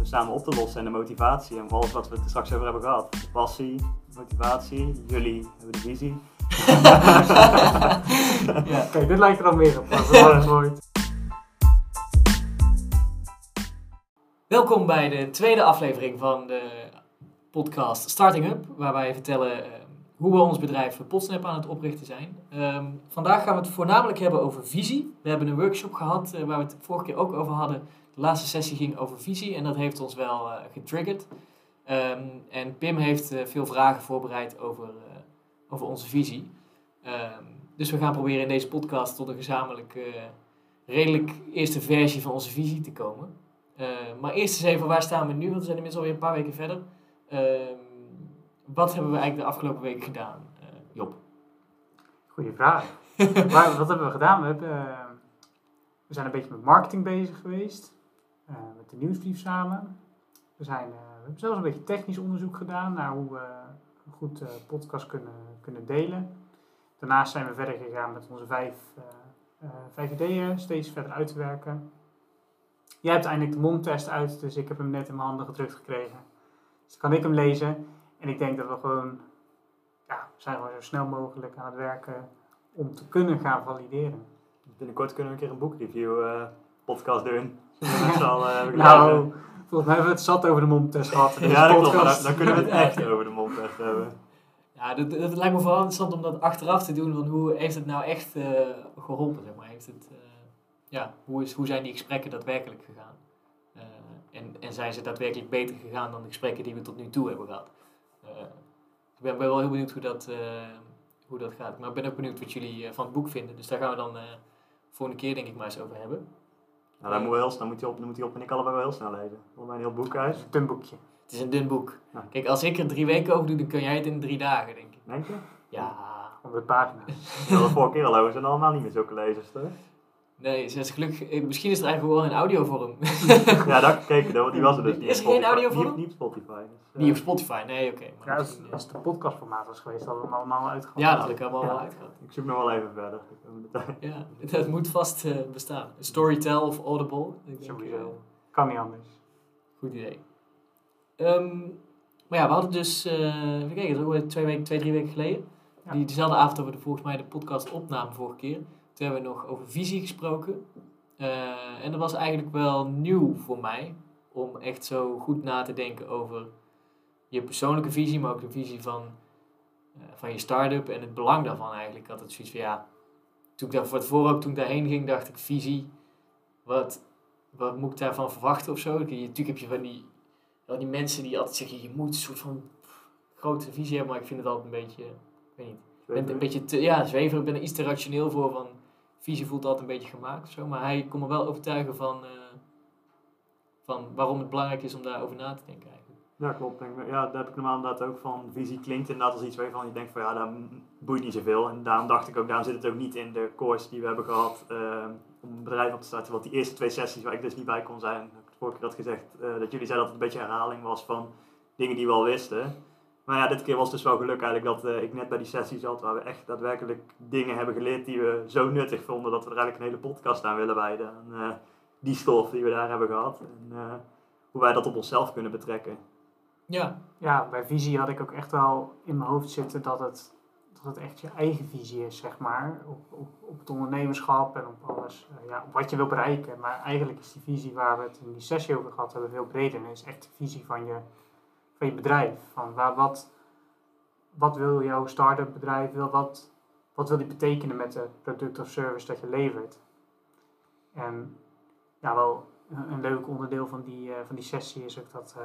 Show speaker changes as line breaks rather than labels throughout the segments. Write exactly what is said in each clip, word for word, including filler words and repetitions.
samen op te lossen en de motivatie en alles wat we het er straks over hebben gehad. De passie, motivatie, jullie hebben de visie.
Ja. Kijk, dit lijkt er al meer op. Ja. Welkom bij de tweede aflevering van de podcast Starting Up, waar wij vertellen uh, hoe we ons bedrijf Podsnap aan het oprichten zijn. Um, vandaag gaan we het voornamelijk hebben over visie. We hebben een workshop gehad uh, waar we het vorige keer ook over hadden. De laatste sessie ging over visie en dat heeft ons wel uh, getriggerd. Um, en Pim heeft uh, veel vragen voorbereid over, uh, over onze visie. Um, dus we gaan proberen in deze podcast tot een gezamenlijk, uh, redelijk eerste versie van onze visie te komen. Uh, maar eerst eens even, waar staan we nu? Want we zijn inmiddels alweer een paar weken verder. Uh, wat hebben we eigenlijk de afgelopen weken gedaan, uh, Job?
Goeie vraag. maar, wat hebben we gedaan? We, hebben, uh, we zijn een beetje met marketing bezig geweest. Uh, met de nieuwsbrief samen. We, zijn, uh, we hebben zelfs een beetje technisch onderzoek gedaan naar hoe we een goed uh, podcast kunnen, kunnen delen. Daarnaast zijn we verder gegaan met onze vijf, uh, uh, vijf ideeën steeds verder uit te werken. Jij hebt eindelijk de mondtest uit, dus ik heb hem net in mijn handen gedrukt gekregen. Dus dan kan ik hem lezen. En ik denk dat we gewoon, ja, we zijn gewoon zo snel mogelijk aan het werken om te kunnen gaan valideren.
Binnenkort kunnen we een keer een boekreview uh, podcast doen. Al, uh,
nou, volgens mij hebben we het zat over de mondtest gehad.
Dus ja, dat klopt, maar dan, dan kunnen we het echt over de mondtest hebben.
Ja, dat, dat lijkt me vooral interessant om dat achteraf te doen, want hoe heeft het nou echt uh, geholpen, zeg maar. Heeft het, uh, ja, hoe, is, hoe zijn die gesprekken daadwerkelijk gegaan? Uh, en, en zijn ze daadwerkelijk beter gegaan dan de gesprekken die we tot nu toe hebben gehad? Uh, ik ben, ben wel heel benieuwd hoe dat, uh, hoe dat gaat. Maar ik ben ook benieuwd wat jullie uh, van het boek vinden. Dus daar gaan we dan uh, volgende keer denk ik maar eens over hebben.
Nou, dan, moet heel, dan, moet je op, dan moet hij op en ik allebei wel heel snel lezen. Volgens mij een heel boek uit.
Een dun boekje.
Het is een dun boek.
Ja.
Kijk, als ik er drie weken over doe, dan kun jij het in drie dagen, denk ik.
Denk je?
Ja.
honderd pagina's.
We hadden de vorige keer al over, zijn allemaal niet meer zulke lezers, toch?
Nee, ze is gelukkig, misschien is het eigenlijk wel in audiovorm.
Ja, dat gekeken, die was er dus niet.
Is er geen audiovorm?
Niet, niet op Spotify. Dus, uh...
Niet op Spotify, nee, oké.
Okay, ja, als, als het een podcastformaat was geweest, hadden we hem allemaal uitgehad.
Ja, dat had ik allemaal
ja.
wel uitgehad.
Ik zoek nog wel even verder.
Ja, dat moet vast uh, bestaan. Storytel of Audible. Ik denk,
Sowieso.
Uh,
kan niet anders.
Goed idee. Um, maar ja, we hadden dus, uh, even kijken, dat is twee, weken, twee, drie weken geleden. Ja. Die, diezelfde avond hebben we volgens mij de podcast opname vorige keer. Toen hebben we nog over visie gesproken. Uh, en dat was eigenlijk wel nieuw voor mij. Om echt zo goed na te denken over je persoonlijke visie, maar ook de visie van, uh, van je start-up en het belang daarvan eigenlijk. Ik had het zoiets van, ja, toen ik daar voor het voor ook, toen ik daarheen ging, dacht ik, visie, wat, wat moet ik daarvan verwachten of zo? Natuurlijk heb je van die, van die mensen die altijd zeggen, je moet een soort van pff, grote visie hebben, maar ik vind het altijd een beetje, ik weet niet, ik ben een beetje te, ja, zweverig, ik ben er iets te rationeel voor van, visie voelt altijd een beetje gemaakt of zo, maar hij kon me wel overtuigen van, uh, van waarom het belangrijk is om daarover na te denken eigenlijk.
Ja, klopt. Ja, daar heb ik normaal inderdaad ook van. Visie klinkt inderdaad als iets waarvan je denkt van ja, dat boeit niet zoveel. En daarom dacht ik ook, daarom zit het ook niet in de course die we hebben gehad uh, om een bedrijf op te starten. Want die eerste twee sessies waar ik dus niet bij kon zijn, heb ik vorige keer dat gezegd, uh, dat jullie zeiden dat het een beetje herhaling was van dingen die we al wisten. Maar ja, dit keer was het dus wel geluk eigenlijk dat uh, ik net bij die sessie zat waar we echt daadwerkelijk dingen hebben geleerd die we zo nuttig vonden dat we er eigenlijk een hele podcast aan willen wijden. En, uh, die stof die we daar hebben gehad en uh, hoe wij dat op onszelf kunnen betrekken.
Ja.
Ja, bij visie had ik ook echt wel in mijn hoofd zitten dat het, dat het echt je eigen visie is, zeg maar. Op, op, op het ondernemerschap en op alles, uh, ja, op wat je wil bereiken. Maar eigenlijk is die visie waar we het in die sessie over gehad hebben veel breder. En is echt de visie van je, van je bedrijf. Van waar, wat, wat wil jouw start-up bedrijf, wil, wat, wat wil die betekenen met het product of service dat je levert. En ja, wel een, een leuk onderdeel van die, uh, van die sessie is ook dat... Uh,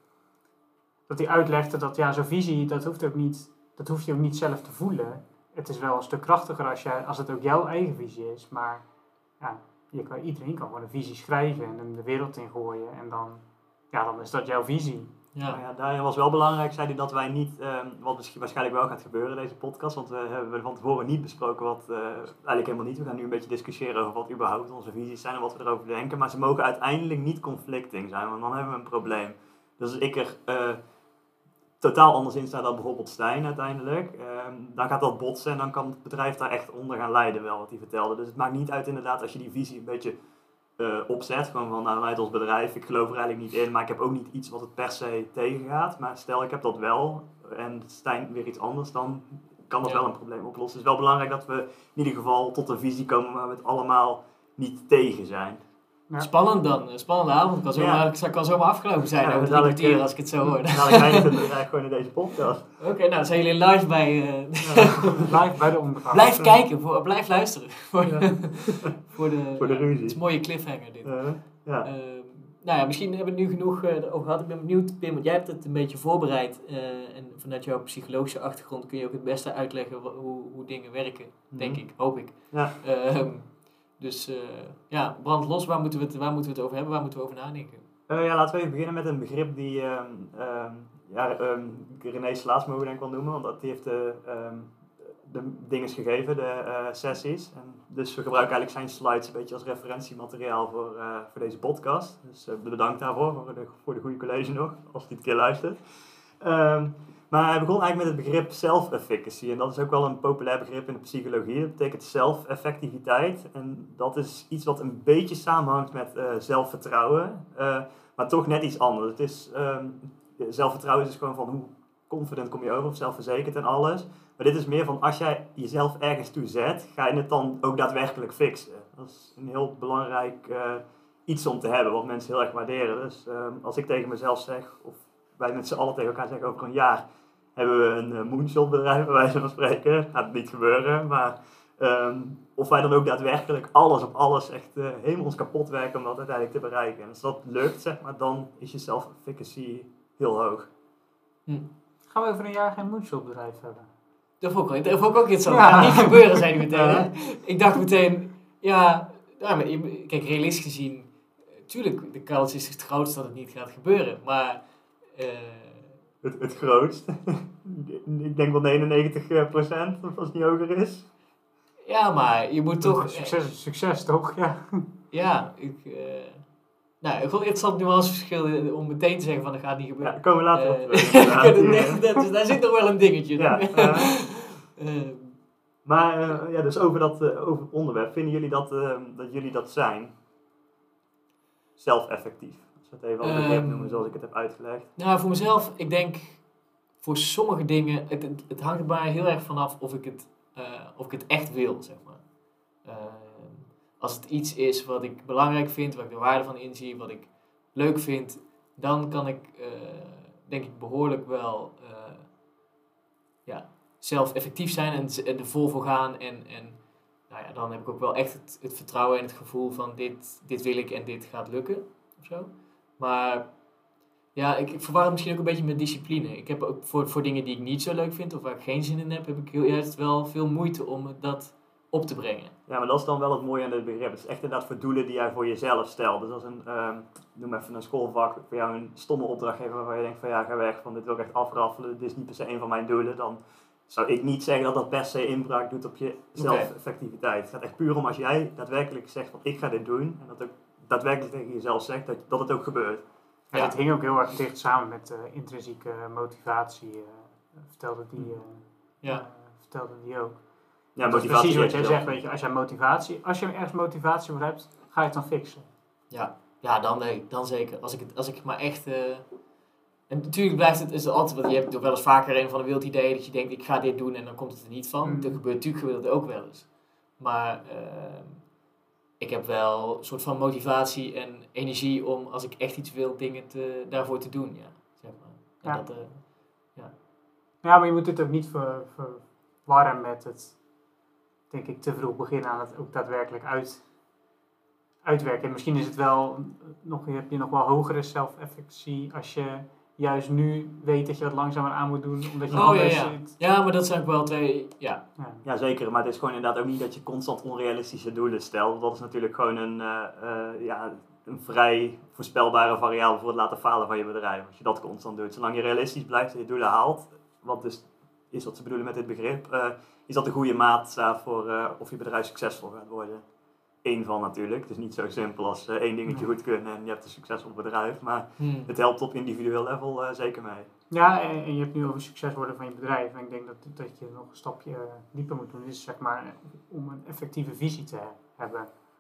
Dat hij uitlegde dat ja, zo'n visie, dat hoeft ook niet, dat hoef je ook niet zelf te voelen. Het is wel een stuk krachtiger als, jij, als het ook jouw eigen visie is. Maar ja, je kan, iedereen kan gewoon een visie schrijven en hem de wereld in gooien. En dan, ja, dan is dat jouw visie.
Ja. Nou ja, daarin was wel belangrijk, zei hij, dat wij niet, um, wat misschien waarschijnlijk wel gaat gebeuren deze podcast, want we hebben van tevoren niet besproken wat, uh, eigenlijk helemaal niet. We gaan nu een beetje discussiëren over wat überhaupt onze visies zijn en wat we erover denken. Maar ze mogen uiteindelijk niet conflicting zijn, want dan hebben we een probleem. Dus als ik er uh, totaal anders in sta dan bijvoorbeeld Stijn uiteindelijk, um, dan gaat dat botsen en dan kan het bedrijf daar echt onder gaan lijden, wel wat hij vertelde. Dus het maakt niet uit inderdaad als je die visie een beetje uh, opzet. Gewoon van, nou, vanuit ons bedrijf, ik geloof er eigenlijk niet in, maar ik heb ook niet iets wat het per se tegengaat. Maar stel, ik heb dat wel en Stijn weer iets anders, dan kan dat ja. wel een probleem oplossen. Het is wel belangrijk dat we in ieder geval tot een visie komen waar we het allemaal niet tegen zijn.
Ja. Spannend dan, een spannende avond. Kan zomaar, ja. kan zomaar afgelopen zijn
ja,
over drie kwartier als ik het zo hoor.
Nou, ik eindig het bedrijf gewoon in deze podcast.
Oké, okay, nou zijn jullie live bij... Uh,
ja, live bij de omvang.
Blijf kijken, voor, blijf luisteren. Voor, ja. voor de,
voor de
ja,
ruzie.
Het is een mooie cliffhanger dit.
Uh, ja.
Uh, nou ja, misschien hebben we het nu genoeg uh, over gehad. Ik ben benieuwd, Pim, want jij hebt het een beetje voorbereid. Uh, en vanuit jouw psychologische achtergrond kun je ook het beste uitleggen hoe, hoe dingen werken. Mm-hmm. Denk ik, hoop ik.
Ja.
Uh, Dus uh, ja, brand los, waar moeten, we het, waar moeten we het over hebben, waar moeten we over nadenken?
Uh, ja, laten we even beginnen met een begrip die um, um, ja, um, René Slaats mogen we denk ik wel noemen, want die heeft de, um, de dingen gegeven, de uh, sessies. En dus we gebruiken eigenlijk zijn slides een beetje als referentiemateriaal voor, uh, voor deze podcast. Dus uh, bedankt daarvoor, voor de, voor de goede college nog, als hij het een keer luistert. Um, Maar hij begon eigenlijk met het begrip self-efficacy. En dat is ook wel een populair begrip in de psychologie. Dat betekent zelfeffectiviteit. En dat is iets wat een beetje samenhangt met uh, zelfvertrouwen. Uh, maar toch net iets anders. Het is, um, zelfvertrouwen is dus gewoon van hoe confident kom je over. Of zelfverzekerd en alles. Maar dit is meer van als jij jezelf ergens toe zet. Ga je het dan ook daadwerkelijk fixen. Dat is een heel belangrijk uh, iets om te hebben. Wat mensen heel erg waarderen. Dus um, als ik tegen mezelf zeg. Of wij met z'n allen tegen elkaar zeggen over een jaar. Hebben we een uh, moonshot bedrijf, bij wijze van spreken. Gaat het niet gebeuren, maar um, of wij dan ook daadwerkelijk alles op alles echt uh, helemaal ons kapot werken om dat uiteindelijk te bereiken. En als dat lukt, zeg maar, dan is je self-efficacy heel hoog.
Hm.
Gaan we over een jaar geen moonshot bedrijf hebben?
Dat vond ik, dat vond ik ook iets zo. Ja. Gaat niet gebeuren, zei hij meteen. Hè? Ik dacht meteen, ja, ja maar, kijk, realistisch gezien, tuurlijk, de kans is het grootst dat het niet gaat gebeuren, maar... Uh,
Het, het grootst. Ik denk wel negenennegentig procent, als het niet hoger is.
Ja, maar je moet toch...
Succes is succes, toch? Ja,
ja ik... Uh, nou, gewoon interessant nuanceverschil om meteen te zeggen van dat gaat niet gebeuren.
Ja, komen we later
uh,
op terug.
Dus daar zit nog wel een dingetje.
Ja, uh, uh, maar uh, ja, dus over dat uh, over het onderwerp. Vinden jullie dat, uh, dat jullie dat zijn? Zelfeffectief. Het even als begrip noemen zoals ik het heb uitgelegd.
Nou, voor mezelf, ik denk voor sommige dingen, het, het, het hangt er maar heel erg vanaf of ik het, uh, of ik het echt wil, zeg maar. Uh, als het iets is wat ik belangrijk vind, waar ik de waarde van inzie, wat ik leuk vind, dan kan ik, uh, denk ik, behoorlijk wel uh, ja, zelf effectief zijn en, en er vol voor gaan. En, en nou ja, dan heb ik ook wel echt het, het vertrouwen en het gevoel van dit, dit wil ik en dit gaat lukken, of zo. Maar ja, ik, ik verwar het misschien ook een beetje met discipline. Ik heb ook voor, voor dingen die ik niet zo leuk vind of waar ik geen zin in heb, heb ik heel juist wel veel moeite om dat op te brengen.
Ja, maar dat is dan wel het mooie aan dit begrip. Het is echt inderdaad voor doelen die jij voor jezelf stelt. Dus als een, um, noem even een schoolvak, voor jou een stomme opdrachtgever waarvan je denkt van ja, ga weg, van dit wil ik echt afraffelen, dit is niet per se een van mijn doelen, dan zou ik niet zeggen dat dat per se inbraak doet op je zelfeffectiviteit. Okay. Het gaat echt puur om als jij daadwerkelijk zegt van ik ga dit doen en dat ook daadwerkelijk tegen jezelf zegt dat, dat het ook gebeurt.
Ja, ja. Het hing ook heel erg dicht samen met uh, intrinsieke motivatie, uh, vertelde, die, uh,
ja.
uh, vertelde die ook.
Ja,
dat is precies wat jij zegt, weet je, als jij motivatie, als je ergens motivatie voor hebt, ga je het dan fixen.
Ja, ja dan, nee, dan zeker. Als ik, het, als ik maar echt... Uh, en natuurlijk blijft het, is het altijd, want je hebt toch wel eens vaker een van de wild idee dat je denkt, ik ga dit doen en dan komt het er niet van. Mm. Dat gebeurt natuurlijk gebeurt dat ook wel eens. Maar... Uh, ik heb wel een soort van motivatie en energie om, als ik echt iets wil, dingen te, daarvoor te doen. Ja, zeg maar. En
ja.
Dat, uh, ja.
ja, maar je moet het ook niet ver, verwarren met het, denk ik, te vroeg beginnen aan het ook daadwerkelijk uit, uitwerken. En misschien is het wel, nog, heb je nog wel hogere self-efficacy als je juist nu weet dat je dat langzamer aan moet doen, omdat je
oh,
anders...
Ja, ja. ja, maar dat zijn ook wel twee... Ja.
Ja. ja, zeker. Maar het is gewoon inderdaad ook niet dat je constant onrealistische doelen stelt. Dat is natuurlijk gewoon een, uh, uh, ja, een vrij voorspelbare variabele voor het laten falen van je bedrijf. Als je dat constant doet. Zolang je realistisch blijft en je doelen haalt, wat dus is wat ze bedoelen met dit begrip, uh, is dat een goede maatstaf voor uh, of je bedrijf succesvol gaat worden. Eén van natuurlijk. Het is niet zo simpel als uh, één dingetje goed kunnen en je hebt een succesvol bedrijf. Maar hmm. het helpt op individueel level uh, zeker mee.
Ja, en, en je hebt nu over succes worden van je bedrijf. En ik denk dat, dat je nog een stapje uh, dieper moet doen. Dus zeg maar, om een effectieve visie te he- hebben,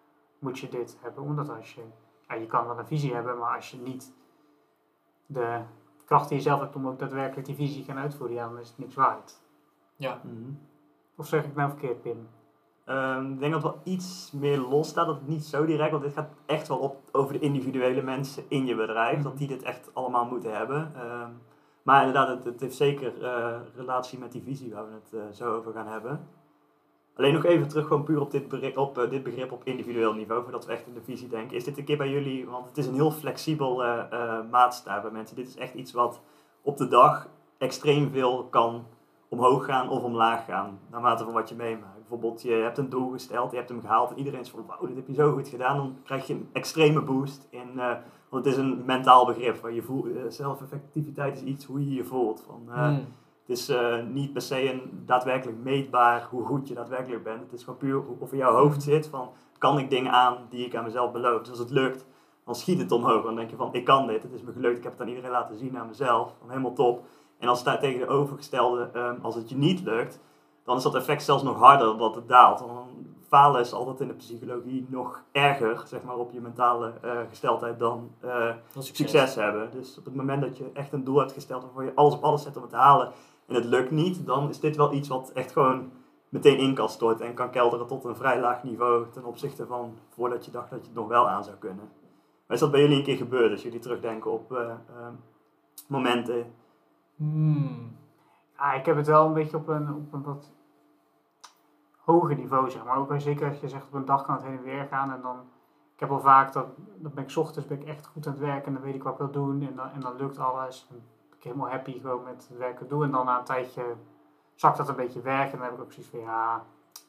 moet je dit hebben. Omdat als je, ja, je kan wel een visie hebben, maar als je niet de kracht die je zelf hebt om ook daadwerkelijk die visie te gaan uitvoeren, ja, dan is het niks waard.
Ja.
Mm-hmm.
Of zeg ik nou verkeerd, Pim?
Um, ik denk dat het wel iets meer los staat, dat het niet zo direct, want dit gaat echt wel op, over de individuele mensen in je bedrijf, mm-hmm. dat die dit echt allemaal moeten hebben. Um, maar inderdaad, het, het heeft zeker uh, relatie met die visie waar we het uh, zo over gaan hebben. Alleen nog even terug, gewoon puur op dit begrip op, uh, dit begrip op individueel niveau, voordat we echt in de visie denken. Is dit een keer bij jullie, want het is een heel flexibel uh, uh, maatstaf bij mensen. Dit is echt iets wat op de dag extreem veel kan omhoog gaan of omlaag gaan, naarmate van wat je meemaakt. Bijvoorbeeld, je hebt een doel gesteld, je hebt hem gehaald en iedereen is van, wauw, dit heb je zo goed gedaan. Dan krijg je een extreme boost in, uh, want het is een mentaal begrip. Waar je voelt, uh, zelfeffectiviteit is iets hoe je je voelt. Van, uh, mm. Het is uh, niet per se een daadwerkelijk meetbaar hoe goed je daadwerkelijk bent. Het is gewoon puur of in jouw hoofd zit van, kan ik dingen aan die ik aan mezelf beloof. Dus als het lukt, dan schiet het omhoog. Dan denk je van, ik kan dit, het is me gelukt, ik heb het aan iedereen laten zien, aan mezelf. Van, helemaal top. En als het daar tegen de overgestelde, um, als het je niet lukt, dan is dat effect zelfs nog harder dan dat het daalt. Dan falen is altijd in de psychologie nog erger, zeg maar, op je mentale uh, gesteldheid dan uh, succes. succes hebben. Dus op het moment dat je echt een doel hebt gesteld waarvoor je alles op alles zet om het te halen en het lukt niet, dan is dit wel iets wat echt gewoon meteen in kan storten en kan kelderen tot een vrij laag niveau ten opzichte van voordat je dacht dat je het nog wel aan zou kunnen. Maar is dat bij jullie een keer gebeurd, als jullie terugdenken op uh, uh, momenten?
Hmm. Ja, ik heb het wel een beetje op een, op een wat hoger niveau, zeg maar. Ook al zeker als je zegt op een dag kan het heen en weer gaan. En dan, ik heb al vaak, dat, dan ben ik 's ochtends ben ik echt goed aan het werken en dan weet ik wat ik wil doen. En dan, en dan lukt alles. Dan ben ik helemaal happy gewoon met het werken doen. En dan na een tijdje zakt dat een beetje weg. En dan heb ik ook zoiets van, ja,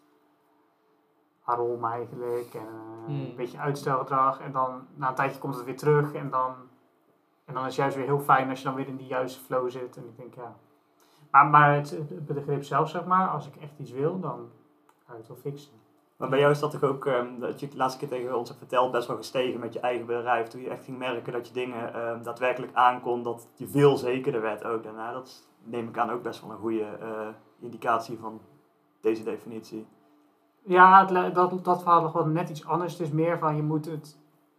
waarom eigenlijk? En uh, hmm. een beetje uitstelgedrag. En dan na een tijdje komt het weer terug. En dan, en dan is het juist weer heel fijn als je dan weer in die juiste flow zit. En ik denk, ja. Maar, maar het, het begrip zelf, zeg maar, als ik echt iets wil, dan ga ik het wel fixen.
Maar bij jou is dat toch ook, um, dat je de laatste keer tegen ons hebt verteld, best wel gestegen met je eigen bedrijf. Toen je echt ging merken dat je dingen um, daadwerkelijk aankon, dat je veel zekerder werd ook daarna. Dat neem ik aan ook best wel een goede uh, indicatie van deze definitie.
Ja, het, dat, dat verhaal nog wel net iets anders. Het is meer van, je moet het...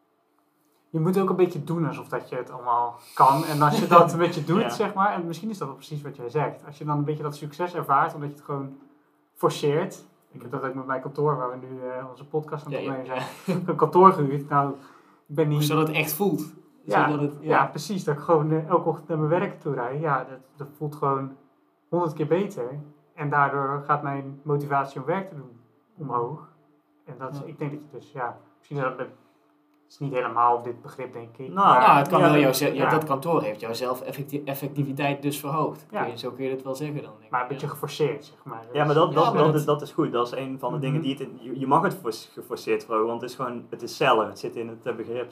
Je moet ook een beetje doen alsof dat je het allemaal kan. En als je dat een beetje doet, ja. zeg maar, en misschien is dat wel precies wat jij zegt. Als je dan een beetje dat succes ervaart, omdat je het gewoon forceert. Ik heb dat ook met mijn kantoor, waar we nu uh, onze podcast aan het opnemen zijn. Ja, ja. Een kantoor gehuurd. Nou, ik ben niet...
Zodat het echt voelt.
Ja,
Zodat het,
ja. ja, precies. Dat ik gewoon uh, elke ochtend naar mijn werk toe rijd. Ja, dat, dat voelt gewoon honderd keer beter. En daardoor gaat mijn motivatie om werk te doen omhoog. En dat is, ja. ik denk dat je dus, ja, misschien is dat met... Het is niet helemaal dit begrip, denk ik.
Nou, nou het kan ja, wel jouw, ja, ja. dat kantoor heeft jouw zelfeffectiviteit dus vergoogd. Ja. Kun je, zo kun je het wel zeggen dan. Denk
maar een beetje geforceerd, zeg maar.
Ja, maar dat, dat, ja, maar dat, dat, is, dat is goed. Dat is een van de mm-hmm. dingen die het... In, je, je mag het geforceerd verhogen, want het is gewoon... Het is zelf. Het zit in het begrip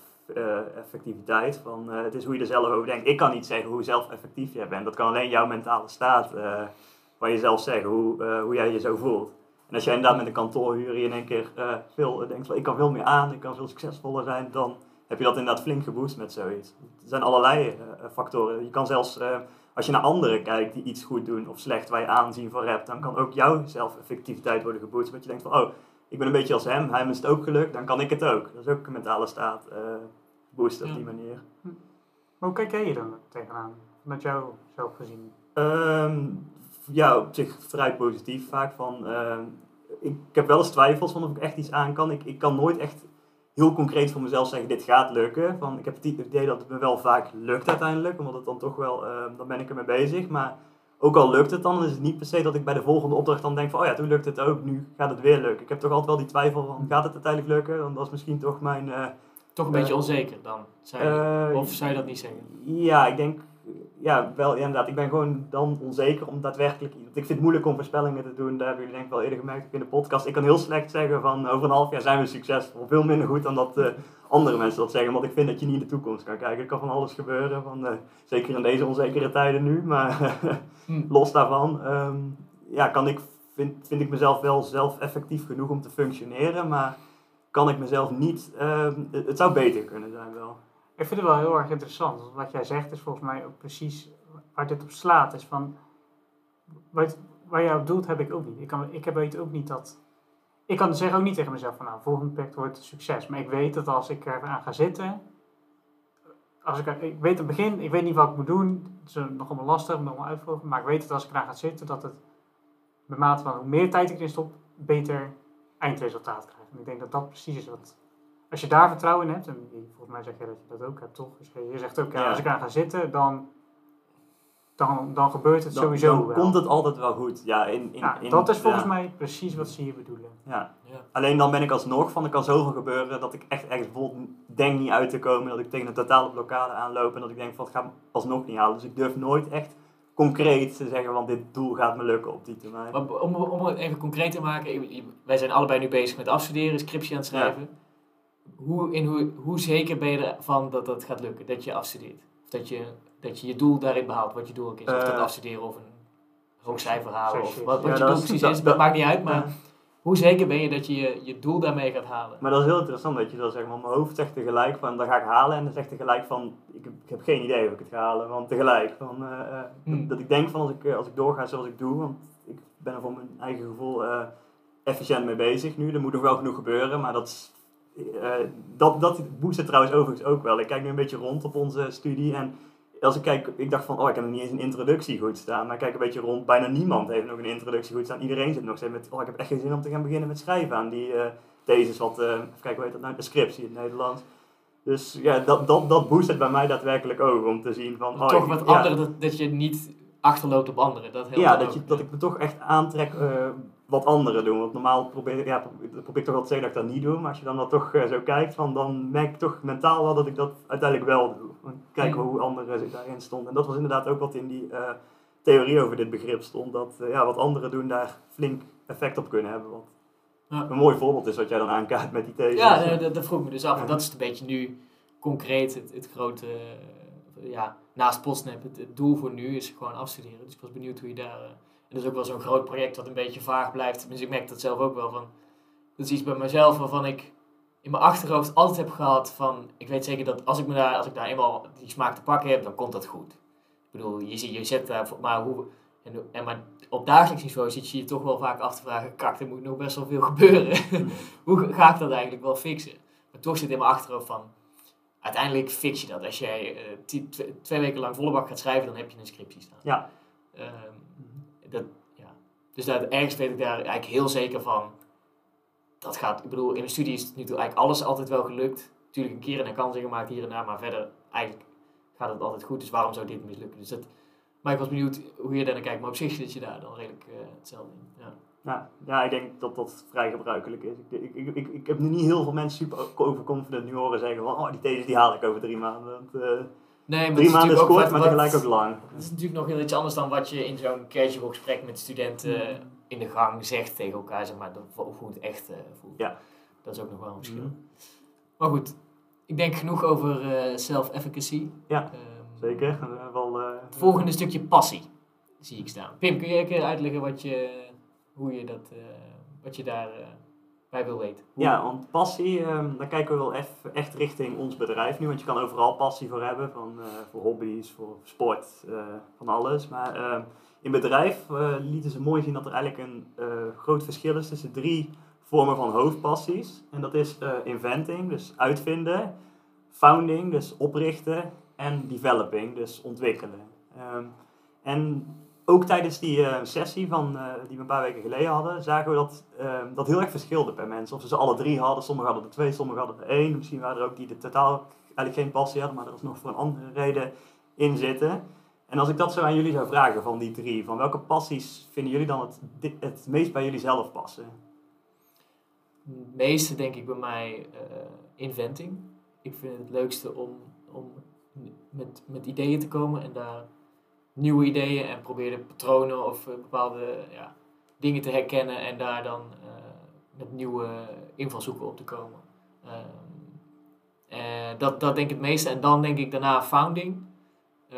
zelfeffectiviteit. Uh, van, uh, het is hoe je er zelf over denkt. Ik kan niet zeggen hoe zelfeffectief jij bent. Dat kan alleen jouw mentale staat. Uh, waar je zelf zegt hoe, uh, hoe jij je zo voelt. En als jij inderdaad met een kantoor huur in één keer uh, veel uh, denkt van ik kan veel meer aan, ik kan veel succesvoller zijn, dan heb je dat inderdaad flink geboost met zoiets. Er zijn allerlei uh, factoren. Je kan zelfs, uh, als je naar anderen kijkt die iets goed doen of slecht, waar je aanzien voor hebt, dan kan ook jouw zelfeffectiviteit worden geboost. Omdat je denkt van oh, ik ben een beetje als hem, hij is het ook gelukt, dan kan ik het ook. Dat is ook een mentale staat uh, boosten op die manier.
Maar hoe kijk jij je dan tegenaan? Vanuit jou zelf gezien?
Um, Ja, op zich vrij positief vaak. Van, uh, ik, ik heb wel eens twijfels van of ik echt iets aan kan. Ik, ik kan nooit echt heel concreet voor mezelf zeggen, dit gaat lukken. Van, ik heb het idee dat het me wel vaak lukt uiteindelijk, omdat het dan toch wel, uh, dan ben ik ermee bezig. Maar ook al lukt het dan, dan is het niet per se dat ik bij de volgende opdracht dan denk van, oh ja, toen lukt het ook, nu gaat het weer lukken. Ik heb toch altijd wel die twijfel van, gaat het uiteindelijk lukken? Want dat is misschien toch mijn... Uh,
toch een uh, beetje onzeker dan, zou je, uh, of zou je dat niet zeggen?
Ja, ik denk... Ja, wel, ja, inderdaad. Ik ben gewoon dan onzeker om daadwerkelijk... Ik vind het moeilijk om voorspellingen te doen. Daar hebben jullie denk ik wel eerder gemerkt ook in de podcast. Ik kan heel slecht zeggen van over een half jaar zijn we succesvol. Veel minder goed dan dat uh, andere mensen dat zeggen. Want ik vind dat je niet in de toekomst kan kijken. Er kan van alles gebeuren. Van, uh, zeker in deze onzekere tijden nu. Maar hm. los daarvan um, ja, kan ik, vind, vind ik mezelf wel zelf effectief genoeg om te functioneren. Maar kan ik mezelf niet... Um, het, het zou beter kunnen zijn wel.
Ik vind het wel heel erg interessant. Want wat jij zegt is volgens mij ook precies waar dit op slaat. Is van, wat, waar jij op doelt heb ik ook niet. Ik, kan, ik heb weet ook niet dat... ik kan zeggen ook niet tegen mezelf van, nou, volgende project wordt een succes. Maar ik weet dat als ik eraan ga zitten, als ik, er, ik weet het begin, ik weet niet wat ik moet doen. Het is nog allemaal lastig, nog allemaal uitvoeren. Maar ik weet dat als ik eraan ga zitten, dat het bij mate van hoe meer tijd ik erin stop, beter eindresultaat krijg. En ik denk dat dat precies is wat, als je daar vertrouwen in hebt, en volgens mij zeg je dat je dat ook hebt, toch? Dus je zegt ook, ja,
Ja.
als ik eraan ga zitten, dan, dan, dan gebeurt het
Dan,
sowieso
dan
wel.
komt het altijd wel goed. Ja, in, in,
Ja,
in,
dat is volgens
ja.
mij precies wat ze hier bedoelen.
Ja.
Ja.
Alleen dan ben ik alsnog van, er kan zoveel gebeuren dat ik echt ergens bijvoorbeeld denk niet uit te komen, dat ik tegen een totale blokkade aanloop en dat ik denk van, het gaat me alsnog niet halen. Dus ik durf nooit echt concreet te zeggen van, dit doel gaat me lukken op die termijn.
Maar om, om het even concreet te maken, wij zijn allebei nu bezig met afstuderen, scriptie aan het schrijven. Ja. Hoe, in hoe, hoe zeker ben je ervan dat dat gaat lukken, dat je afstudeert? Of dat je dat je, je doel daarin behaalt, wat je doel ook is. Of
Uh,
dat afstuderen of een hoogcijfer halen, of wat, wat
ja,
je doel
is,
precies
dat,
is, dat,
dat
maakt niet uit. Maar
uh,
hoe zeker ben je dat je, je je doel daarmee gaat halen?
Maar dat is heel interessant dat je dat zegt, want mijn hoofd zegt tegelijk van, dat ga ik halen. En dan zegt tegelijk van, ik heb, ik heb geen idee of ik het ga halen. Want tegelijk, van, uh, uh, hmm. dat, dat ik denk van, als ik, als ik doorga zoals ik doe, want ik ben er voor mijn eigen gevoel uh, efficiënt mee bezig nu. Er moet nog wel genoeg gebeuren, maar dat is, uh, dat, dat boost het trouwens overigens ook wel. Ik kijk nu een beetje rond op onze studie en als ik kijk, ik dacht van, oh, ik heb nog niet eens een introductie goed staan. Maar ik kijk een beetje rond, bijna niemand heeft nog een introductie goed staan. Iedereen zit nog steeds met, oh, ik heb echt geen zin om te gaan beginnen met schrijven aan die uh, thesis, wat, uh, even kijken, hoe heet dat nou, de scriptie in het Nederlands. Dus ja, dat, dat, dat boost het bij mij daadwerkelijk ook, om te zien van, oh,
toch
ik,
wat
ja,
anderen, dat, dat je niet achterloopt op anderen. Dat
ja, dat, je, dat ik me toch echt aantrek uh, wat anderen doen. Want normaal probeer, ja, probeer ik toch wel te zeggen dat ik dat niet doe. Maar als je dan dat toch uh, zo kijkt, van, dan merk ik toch mentaal wel dat ik dat uiteindelijk wel doe. Kijken hoe anderen zich daarin stonden. En dat was inderdaad ook wat in die uh, theorie over dit begrip stond. Dat uh, ja, wat anderen doen daar flink effect op kunnen hebben. Wat ja. een mooi voorbeeld is wat jij dan aankaart met die thesis.
Ja, uh, dat, dat vroeg me dus af. En dat is een beetje nu concreet het, het grote... Uh, ja, naast Potsnap, het, het doel voor nu is gewoon afstuderen. Dus ik was benieuwd hoe je daar... Uh, en dat is ook wel zo'n groot project wat een beetje vaag blijft. Dus ik merk dat zelf ook wel van... Dat is iets bij mezelf waarvan ik in mijn achterhoofd altijd heb gehad van... Ik weet zeker dat als ik, me daar, als ik daar eenmaal die smaak te pakken heb, dan komt dat goed. Ik bedoel, je, je zet daar... Maar, hoe, en, en maar op dagelijks niveau zit je je toch wel vaak af te vragen... Kak, er moet nog best wel veel gebeuren. Hoe ga ik dat eigenlijk wel fixen? Maar toch zit in mijn achterhoofd van... Uiteindelijk fix je dat. Als jij uh, t- t- twee weken lang volle bak gaat schrijven, dan heb je een scriptie staan.
Ja.
Um, dat, ja. Dus daar, ergens weet ik daar eigenlijk heel zeker van. Dat gaat, ik bedoel, in mijn studie is het nu toe eigenlijk alles altijd wel gelukt. Natuurlijk een keer een kansen gemaakt hier en daar, maar verder eigenlijk gaat het altijd goed. Dus waarom zou dit mislukken? Dus dat, maar ik was benieuwd hoe je daar naar kijkt. Maar op zich zit je daar dan redelijk uh, hetzelfde in. Ja.
Ja, ja, ik denk dat dat vrij gebruikelijk is. Ik, ik, ik, ik, ik heb nu niet heel veel mensen super overconfident nu horen zeggen van, oh, die thesis die haal ik over drie maanden. Want, uh,
nee, maar
drie maanden is kort,
wat,
maar
wat,
tegelijk ook lang.
Het is natuurlijk nog heel iets anders dan wat je in zo'n casual gesprek met studenten uh, in de gang zegt tegen elkaar, zeg maar, of hoe het echt uh, voelt.
Ja.
Dat is ook nog wel een verschil.
Mm.
Maar goed, ik denk genoeg over uh, self-efficacy.
Ja,
um,
zeker. Uh, wel, uh,
het volgende stukje passie zie ik staan. Pim, kun je even uitleggen wat je, hoe je dat, uh, wat je daar uh, bij wil weten? Hoe
ja, want passie, um, daar kijken we wel eff, echt richting ons bedrijf nu. Want je kan overal passie voor hebben, van, uh, voor hobby's, voor sport, uh, van alles. Maar uh, in bedrijf uh, lieten ze mooi zien dat er eigenlijk een uh, groot verschil is tussen drie vormen van hoofdpassies. En dat is uh, inventing, dus uitvinden, founding, dus oprichten, en developing, dus ontwikkelen. Um, en ook tijdens die uh, sessie van, uh, die we een paar weken geleden hadden, zagen we dat uh, dat heel erg verschilde per mensen. Of ze ze alle drie hadden, sommigen hadden er twee, sommigen hadden er één. Misschien waren er ook die er totaal eigenlijk geen passie hadden, maar er was nog voor een andere reden in zitten. En als ik dat zo aan jullie zou vragen van die drie, van welke passies vinden jullie dan het, het meest bij jullie zelf passen?
Het meeste denk ik bij mij uh, inventing. Ik vind het leukste om, om met, met ideeën te komen en daar nieuwe ideeën en probeer de patronen of uh, bepaalde ja, dingen te herkennen en daar dan uh, met nieuwe invalshoeken op te komen. Uh, uh, dat, dat denk ik het meeste. En dan denk ik daarna founding. Uh,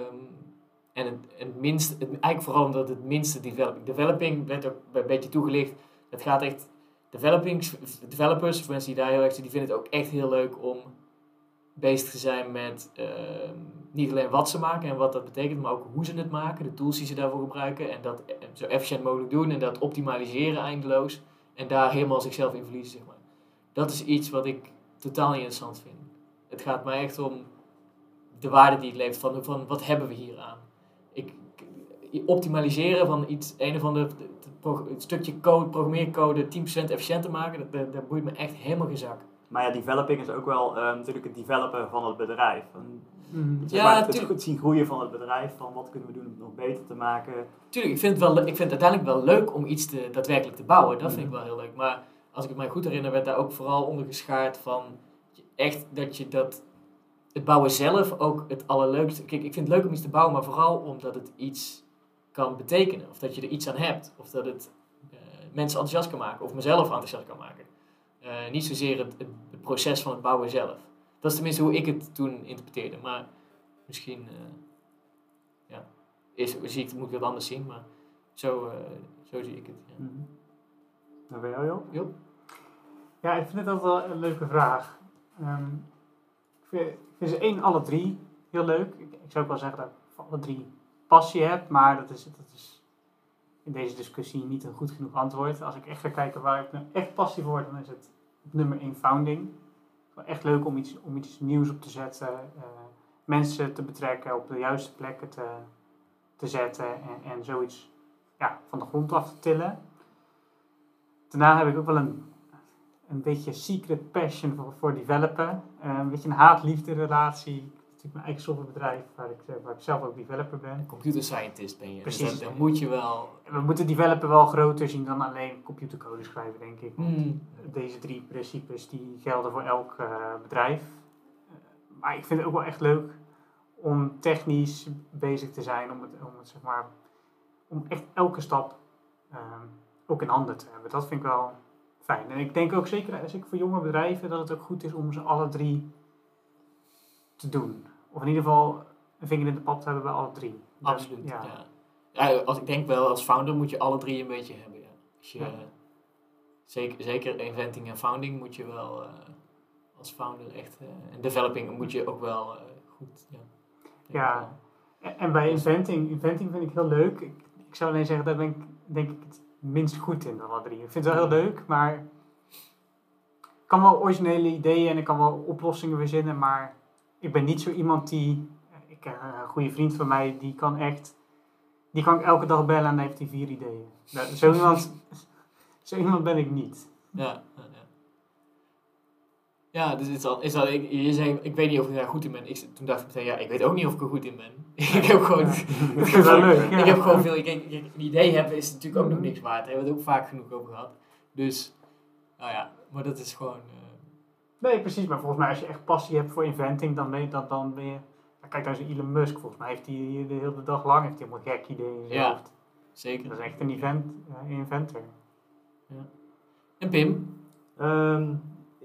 en het, het minste, het, eigenlijk vooral omdat het minste developing. Developing werd ook een beetje toegelicht. Het gaat echt, developing, developers, of mensen die daar heel erg zijn, die vinden het ook echt heel leuk om bezig te zijn met uh, niet alleen wat ze maken en wat dat betekent, maar ook hoe ze het maken, de tools die ze daarvoor gebruiken en dat zo efficiënt mogelijk doen en dat optimaliseren eindeloos. en daar helemaal zichzelf in verliezen, zeg maar. Dat is iets wat ik totaal niet interessant vind. Het gaat mij echt om de waarde die het levert, van, van wat hebben we hier aan. Ik, optimaliseren van iets, een of ander het stukje code, programmeercode tien procent efficiënter maken, dat, dat, dat boeit me echt helemaal geen zak.
Maar ja, developing is ook wel uh, natuurlijk het developen van het bedrijf. En,
Mm.
zeg
Ja,
maar, het
tuurlijk.
goed zien groeien van het bedrijf, van wat kunnen we doen om het nog beter te maken.
Tuurlijk, ik vind, het wel, ik vind het uiteindelijk wel leuk om iets te, daadwerkelijk te bouwen, dat vind ik wel heel leuk. Maar als ik het mij goed herinner, werd daar ook vooral onder geschaard van echt dat je dat, het bouwen zelf ook het allerleukste. Kijk, ik vind het leuk om iets te bouwen, maar vooral omdat het iets kan betekenen. Of dat je er iets aan hebt. Of dat het uh, mensen enthousiast kan maken. Of mezelf enthousiast kan maken. Uh, niet zozeer het, het, het proces van het bouwen zelf. Dat is tenminste hoe ik het toen interpreteerde. Maar misschien uh, ja, is, zie ik, moet ik het anders zien. Maar zo, uh, zo zie ik het. Ja.
Mm-hmm. Nou, bij jou, Joop?
Joop?
Ja, ik vind het altijd wel een leuke vraag. Um, ik, vind, ik vind ze één, alle drie heel leuk. Ik, ik zou ook wel zeggen dat ik voor alle drie passie heb, maar dat is, dat is in deze discussie niet een goed genoeg antwoord. Als ik echt ga kijken waar ik nou echt passie voor heb, dan is het op nummer één founding. Het is wel echt leuk om iets, om iets nieuws op te zetten, uh, mensen te betrekken, op de juiste plekken te, te zetten en, en zoiets ja, van de grond af te tillen. Daarna heb ik ook wel een een beetje secret passion voor, voor developen. Uh, een beetje een haat-liefde relatie. Natuurlijk mijn eigen softwarebedrijf, waar ik, waar ik zelf ook developer ben.
Computer scientist ben je.
Precies.
Dus dan, dan moet je wel...
We moeten developen wel groter zien dan alleen computercode schrijven, denk ik.
Hmm.
Deze drie principes die gelden voor elk uh, bedrijf. Uh, maar ik vind het ook wel echt leuk om technisch bezig te zijn. Om het, om het zeg maar, om echt elke stap uh, ook in handen te hebben. Dat vind ik wel fijn. En ik denk ook zeker, zeker voor jonge bedrijven dat het ook goed is om ze alle drie te doen. Of in ieder geval een vinger in de pap te hebben bij alle drie.
Absoluut,
ja.
ja. ja. Als ik denk wel, als founder moet je alle drie een beetje hebben. Ja. Als je,
Ja.
zeker, zeker inventing en founding moet je wel uh, als founder echt... Uh, en developing moet je ook wel uh, goed... Ja,
ja. En, en bij inventing, inventing vind ik heel leuk. Ik, ik zou alleen zeggen, daar ben ik denk ik het minst goed in dan alle drie. Ik vind het wel heel leuk, maar ik kan wel originele ideeën en ik kan wel oplossingen verzinnen, maar ik ben niet zo iemand die, ik, een goede vriend van mij, die kan echt, die kan ik elke dag bellen en dan heeft hij vier ideeën. Nou, zo, iemand, zo iemand ben ik niet.
Ja, ja, ja. Ja, dus is al, is al, ik, je zei, ik weet niet of ik daar goed in ben. Ik, toen dacht ik meteen, ja, ik weet ook niet of ik er goed in ben. ik heb gewoon,
Ja. Ik vind het wel leuk. Ja.
ik heb gewoon veel, ik, ik, een idee hebben is natuurlijk ook nog niks waard. Daar hebben we het ook vaak genoeg over gehad. Dus, nou ja, maar dat is gewoon... Uh...
Nee, precies, maar volgens mij als je echt passie hebt voor inventing, dan ben je, dan, dan ben je ja, kijk naar zo'n Elon Musk, volgens mij heeft hij de hele dag lang heeft hij helemaal gek ideeën in zijn
Ja,
hoofd.
Zeker.
Dat is echt een event, uh, inventor.
Ja. En Pim?
Um,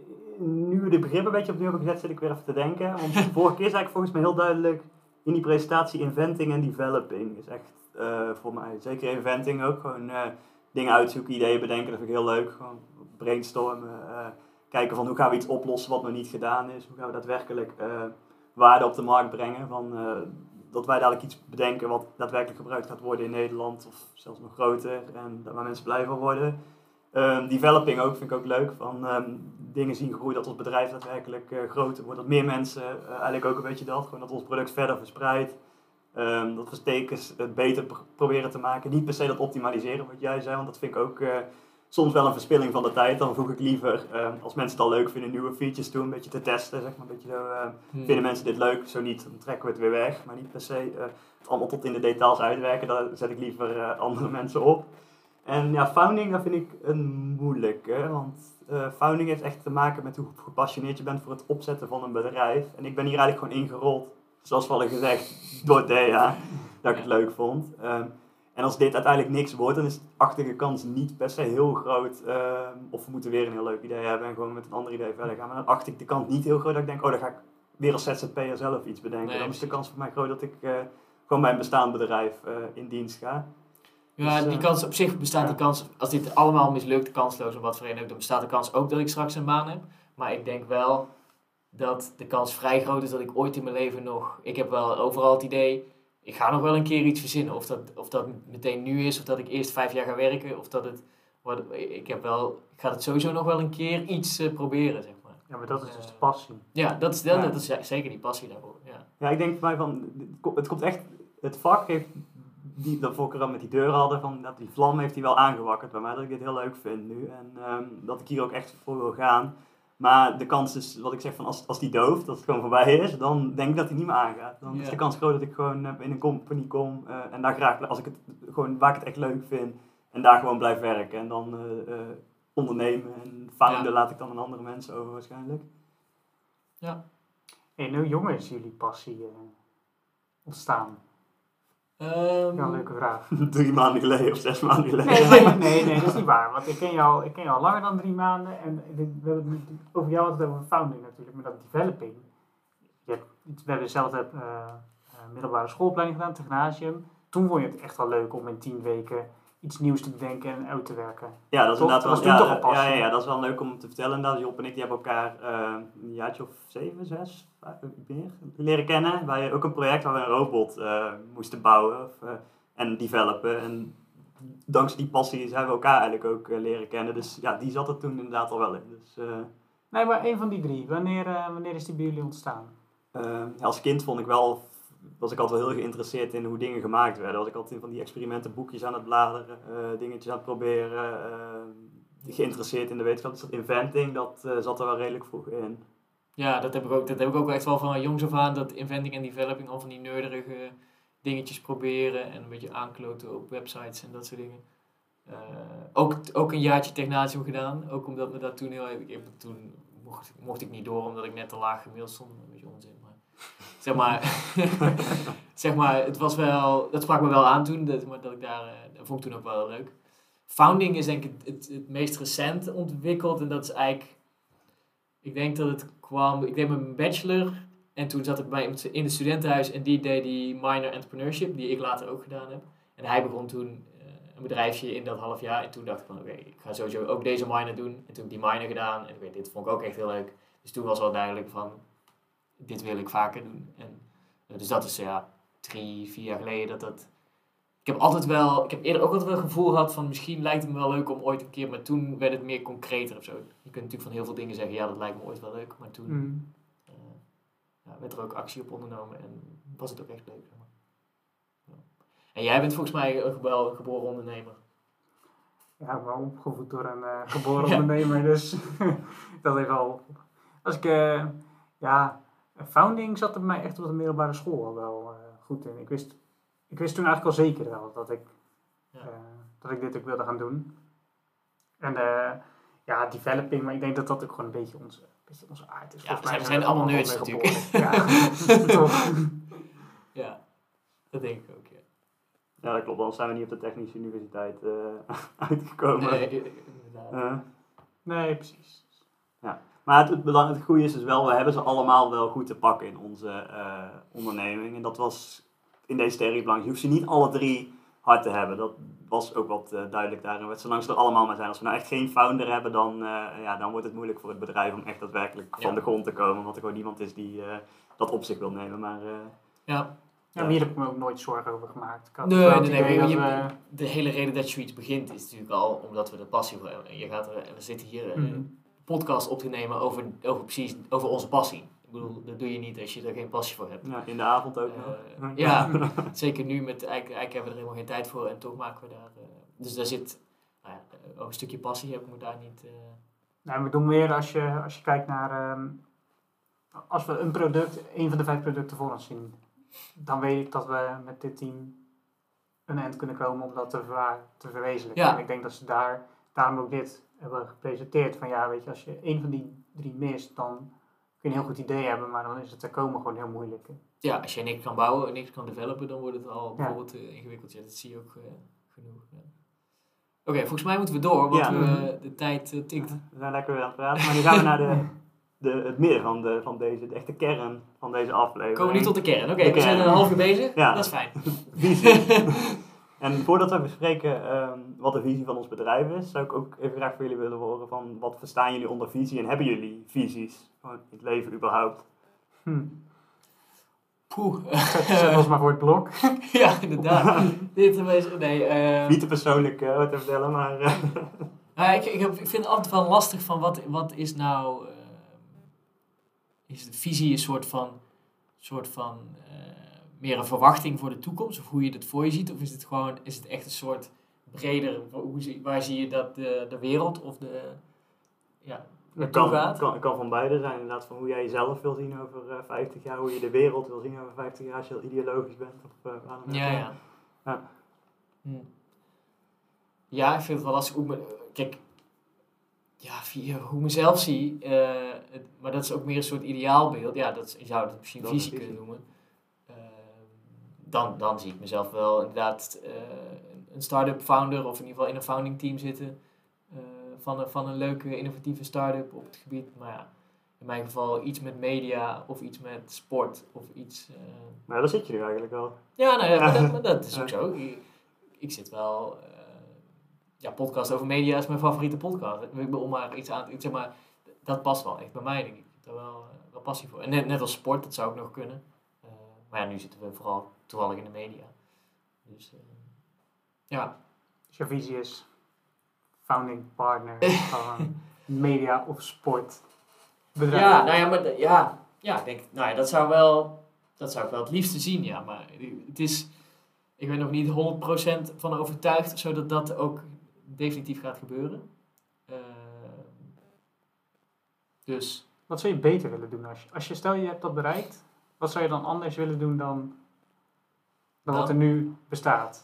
nu we de begrippen een beetje opnieuw hebben gezet, zit ik weer even te denken. Want de vorige keer zei ik volgens mij heel duidelijk in die presentatie inventing en developing. Is echt uh, voor mij, zeker inventing ook, gewoon uh, dingen uitzoeken, ideeën bedenken, dat vind ik heel leuk. Gewoon brainstormen, uh, kijken van hoe gaan we iets oplossen wat nog niet gedaan is. Hoe gaan we daadwerkelijk uh, waarde op de markt brengen. Van, uh, dat wij dadelijk iets bedenken wat daadwerkelijk gebruikt gaat worden in Nederland of zelfs nog groter en waar mensen blij van worden. Um, developing ook, vind ik ook leuk. Van um, dingen zien groeien, dat ons bedrijf daadwerkelijk uh, groter wordt. Dat meer mensen, uh, eigenlijk ook een beetje dat, gewoon dat ons product verder verspreidt. Um, dat we stekens het beter pr- proberen te maken. Niet per se dat optimaliseren wat jij zei, want dat vind ik ook uh, soms wel een verspilling van de tijd. Dan voeg ik liever, uh, als mensen het al leuk vinden, nieuwe features toe, een beetje te testen. Zeg maar, een beetje zo, uh, hmm. Vinden mensen dit leuk? Zo niet, dan trekken we het weer weg. Maar niet per se uh, het allemaal tot in de details uitwerken. Daar zet ik liever uh, andere mensen op. En ja, founding, dat vind ik een moeilijke, want uh, founding heeft echt te maken met hoe gepassioneerd je bent voor het opzetten van een bedrijf. En ik ben hier eigenlijk gewoon ingerold, zoals we al gezegd, door Dea, dat ik het leuk vond. Um, en als dit uiteindelijk niks wordt, dan is de achtige kans niet per se heel groot. Um, of we moeten weer een heel leuk idee hebben en gewoon met een ander idee verder gaan. Maar dan acht ik de kans niet heel groot dat ik denk, oh, dan ga ik weer als Z Z P'er zelf iets bedenken. Nee, dan is de kans voor mij groot dat ik uh, gewoon bij een bestaand bedrijf uh, in dienst ga.
Ja,
dus,
die kans, op zich bestaat ja. die kans, als dit allemaal mislukt, kansloos of wat voor een ook, dan bestaat de kans ook dat ik straks een baan heb. Maar ik denk wel dat de kans vrij groot is dat ik ooit in mijn leven nog, ik heb wel overal het idee, ik ga nog wel een keer iets verzinnen. Of dat, of dat meteen nu is, of dat ik eerst vijf jaar ga werken, of dat het Wat, ik heb wel, ik ga het sowieso nog wel een keer iets uh, proberen, zeg maar.
Ja, maar dat is dus
Uh,
de passie.
Ja, dat is, dat,
Ja.
dat is zeker die passie daarvoor. Ja,
Ja, ik denk voor mij van, het komt echt, het vak heeft, die, dat we ook met die deuren hadden, van, dat die vlam heeft hij wel aangewakkerd bij mij, dat ik dit heel leuk vind nu. En um, dat ik hier ook echt voor wil gaan. Maar de kans is, wat ik zeg, van als, als die dooft, dat het gewoon voorbij is, dan denk ik dat hij niet meer aangaat. Dan
Ja.
is de kans groot dat ik gewoon uh, in een company kom uh, en daar graag, als ik het gewoon, waar ik het echt leuk vind, en daar gewoon blijf werken. En dan uh, uh, ondernemen en founden
Ja.
laat ik dan aan andere mensen over waarschijnlijk.
Ja.
En hoe jong is jullie passie uh, ontstaan?
Um,
Ja, leuke vraag.
Drie maanden geleden of zes maanden geleden.
Nee, nee, nee, nee, dat is niet waar. Want ik ken jou, ik ken jou al langer dan drie maanden. En we hebben het over jou altijd over founding natuurlijk, maar dat developing. Je hebt, we hebben dezelfde uh, uh, middelbare schoolopleiding gedaan, Technasium. Toen vond je het echt wel leuk om in tien weken iets nieuws te bedenken en uit te werken.
Ja, dat is
Toch?
inderdaad
Dat was
wel,
toen
ja,
toch een passie.
ja, ja, ja, dat is wel leuk om te vertellen. Inderdaad, Job en ik die hebben elkaar uh, een jaartje of zeven, zes, vijf, meer leren kennen. Wij ook een project waar we een robot uh, moesten bouwen of, uh, en developen. En dankzij die passie zijn we elkaar eigenlijk ook uh, leren kennen. Dus ja, die zat er toen inderdaad al wel in. Dus, uh,
nee, maar één van die drie. Wanneer, uh, wanneer is die bij jullie ontstaan?
Uh, als kind vond ik wel, was ik altijd wel heel geïnteresseerd in hoe dingen gemaakt werden. Was ik altijd in van die experimentenboekjes aan het bladeren, uh, dingetjes aan het proberen. Uh, geïnteresseerd in de wetenschap. Dus dat inventing, dat uh, zat er wel redelijk vroeg in.
Ja, dat heb ik ook, dat heb ik ook echt wel van jongs af aan. Dat inventing en developing, al van die nerdige dingetjes proberen. En een beetje aankloten op websites en dat soort dingen. Uh, ook, ook een jaartje Technasium gedaan. Ook omdat we dat toen heel... Ik heb, toen mocht, mocht ik niet door, omdat ik net te laag gemaild stond. Een beetje onzin, maar... Zeg maar, zeg maar, het was wel, dat sprak me wel aan toen, dat, dat ik daar, dat vond ik toen ook wel leuk. Founding is denk ik het, het, het meest recent ontwikkeld en dat is eigenlijk, ik denk dat het kwam, ik deed mijn bachelor en toen zat ik bij in het studentenhuis en die deed die minor entrepreneurship, die ik later ook gedaan heb. En hij begon toen uh, een bedrijfje in dat half jaar en toen dacht ik van oké, okay, ik ga sowieso ook deze minor doen. En toen heb ik die minor gedaan en okay, dit vond ik ook echt heel leuk. Dus toen was wel duidelijk van, dit wil ik vaker doen. En, uh, dus dat is ja, drie, vier jaar geleden dat dat... Ik heb altijd wel, ik heb eerder ook altijd wel het gevoel gehad van misschien lijkt het me wel leuk om ooit een keer, maar toen werd het meer concreter of zo. Je kunt natuurlijk van heel veel dingen zeggen, ja dat lijkt me ooit wel leuk, maar toen
Mm.
uh, ja, werd er ook actie op ondernomen en was het ook echt leuk. Zeg maar. Ja. En jij bent volgens mij een gebo- geboren ondernemer.
Ja, ik ben wel opgevoed door een uh, geboren ja. ondernemer, dus dat heeft al... Als ik, uh, ja, founding zat er bij mij echt op de middelbare school al wel uh, goed in. Ik wist, ik wist toen eigenlijk al zeker wel dat ik, ja. uh, dat ik dit ook wilde gaan doen. En uh, ja, developing, maar ik denk dat dat ook gewoon een beetje onze, beetje onze aard is.
Ja, we zijn, we zijn allemaal nerds natuurlijk.
Ja, toch.
Ja, dat denk ik ook, ja.
Ja, dat klopt. Anders zijn we niet op de Technische Universiteit uh, uitgekomen.
Nee, inderdaad.
Uh,
nee, precies.
Ja. Maar het, het, belang, het goede is dus wel, we hebben ze allemaal wel goed te pakken in onze uh, onderneming. En dat was in deze theorie belangrijk. Je hoeft ze niet alle drie hard te hebben. Dat was ook wat uh, duidelijk daarin. Zolang ze er allemaal maar zijn. Als we nou echt geen founder hebben, dan, uh, ja, dan wordt het moeilijk voor het bedrijf om echt daadwerkelijk van ja. de grond te komen. Omdat er gewoon niemand is die uh, dat op zich wil nemen. Maar, uh,
ja. Ja, maar hier heb ik me ook nooit zorgen over gemaakt. Ik had
nee, nee, nee. nee
dat,
je,
uh,
de hele reden dat je zoiets begint is natuurlijk al omdat we de passie voor hebben. Je gaat er, we zitten hier een mm. podcast op te nemen over, over, precies, over onze passie. Ik bedoel, dat doe je niet als je er geen passie voor hebt.
Ja, in de avond ook
uh,
nog.
Ja, zeker nu. Met, eigenlijk, eigenlijk hebben we er helemaal geen tijd voor en toch maken we daar... Uh, dus daar zit nou ja, ook een stukje passie, heb ik me daar niet... Uh...
Nou, we doen meer als je, als je kijkt naar... Um, als we een product, een van de vijf producten voor ons zien... dan weet ik dat we met dit team een eind kunnen komen om dat te, ver, te verwezenlijken.
Ja.
En ik denk dat ze daar, daarom ook dit hebben gepresenteerd. Van ja, weet je, als je één van die drie mist, dan kun je een heel goed idee hebben, maar dan is het er komen gewoon heel moeilijk.
Ja, als je niks kan bouwen en niks kan developen, dan wordt het al
ja.
bijvoorbeeld uh, ingewikkeld. Ja, dat zie je ook uh, genoeg. Ja. Oké, okay, volgens mij moeten we door, want ja. we, de tijd uh, tikt.
We zijn lekker weer aan het praten, maar nu gaan we naar de... De, het midden van, de, van deze, de echte kern van deze aflevering.
Komen we nu tot de kern. Oké, okay, we kern. zijn een half uur bezig. Ja. Dat is fijn.
En voordat we bespreken um, wat de visie van ons bedrijf is, zou ik ook even graag van jullie willen horen van wat verstaan jullie onder visie en hebben jullie visies in het leven überhaupt?
Hm.
Poeh.
Zet ons maar voor het blok.
Ja, inderdaad. Dit is, nee, uh,
Niet te persoonlijk uh, te vertellen, maar... Uh.
Nou, ik, ik, heb, ik vind het altijd wel lastig van wat, wat is nou... Uh, is de visie een soort van... soort van uh, meer een verwachting voor de toekomst? Of hoe je het voor je ziet? Of is het gewoon... Is het echt een soort breder... Hoe zie, waar zie je dat de, de wereld of de... Ja,
Het kan, kan, kan van beide zijn, inderdaad, van hoe jij jezelf wil zien over uh, vijftig jaar, hoe je de wereld wil zien over vijftig jaar, als je heel ideologisch bent. Of, uh,
ja, ja.
Ja.
Hm. Ja, ik vind het wel lastig. Hoe me, kijk, ja, via hoe ik mezelf zie, uh, het, maar dat is ook meer een soort ideaalbeeld. Ja, dat, je zou het misschien visie kunnen noemen. Uh, dan, dan zie ik mezelf wel inderdaad uh, een start-up founder of in ieder geval in een founding team zitten. Uh, van, een, van een leuke, innovatieve start-up op het gebied. Maar ja, in mijn geval iets met media of iets met sport of iets... Uh...
Maar daar zit je nu eigenlijk al.
Ja, nou ja, maar dat, maar dat is ook zo. Ik, ik zit wel... Uh, ja, podcast over media is mijn favoriete podcast. Ik wil maar iets aan... Zeg maar, dat past wel echt bij mij, denk ik. Ik heb er wel, uh, wel passie voor. En net, net als sport, dat zou ook nog kunnen. Uh, maar ja, nu zitten we vooral toevallig in de media. Dus uh, ja.
Dus je visie is... founding partner van media of sport bedrijf.
Ja, nou ja, maar de, ja, ja, ik denk, nou ja, dat zou wel, dat zou ik wel het liefste zien, ja, maar het is, ik ben nog niet honderd procent van overtuigd, zodat dat ook definitief gaat gebeuren. Uh, dus.
Wat zou je beter willen doen als je, als je, stel je hebt dat bereikt, wat zou je dan anders willen doen dan, dan wat er nu bestaat?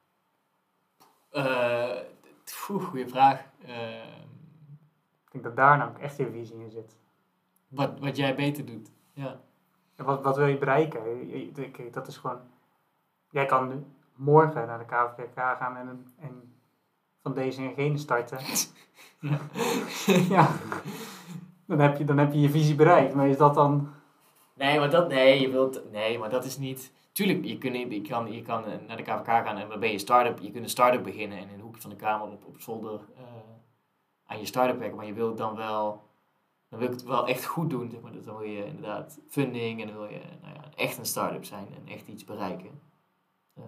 Uh, Goeie vraag. Uh,
ik denk dat daar namelijk echt je visie in zit.
Wat, wat jij beter doet, ja.
En wat, wat wil je bereiken? Kijk, dat is gewoon... Jij kan nu morgen naar de K V K gaan en, en van deze en gene starten.
Ja.
Ja. Dan heb, je, dan heb je je visie bereikt, maar is dat dan...
Nee, maar dat, nee, je wilt, nee, maar dat is niet... Tuurlijk, je, kun, je, kan, je kan naar de K V K gaan en dan ben je start-up. Je kunt een start-up beginnen en in een hoekje van de kamer op, op zolder uh, aan je start-up werken. Maar je wilt dan wel, dan wil ik het wel echt goed doen. Zeg maar. Dan wil je inderdaad funding en dan wil je nou ja, echt een start-up zijn en echt iets bereiken. Uh,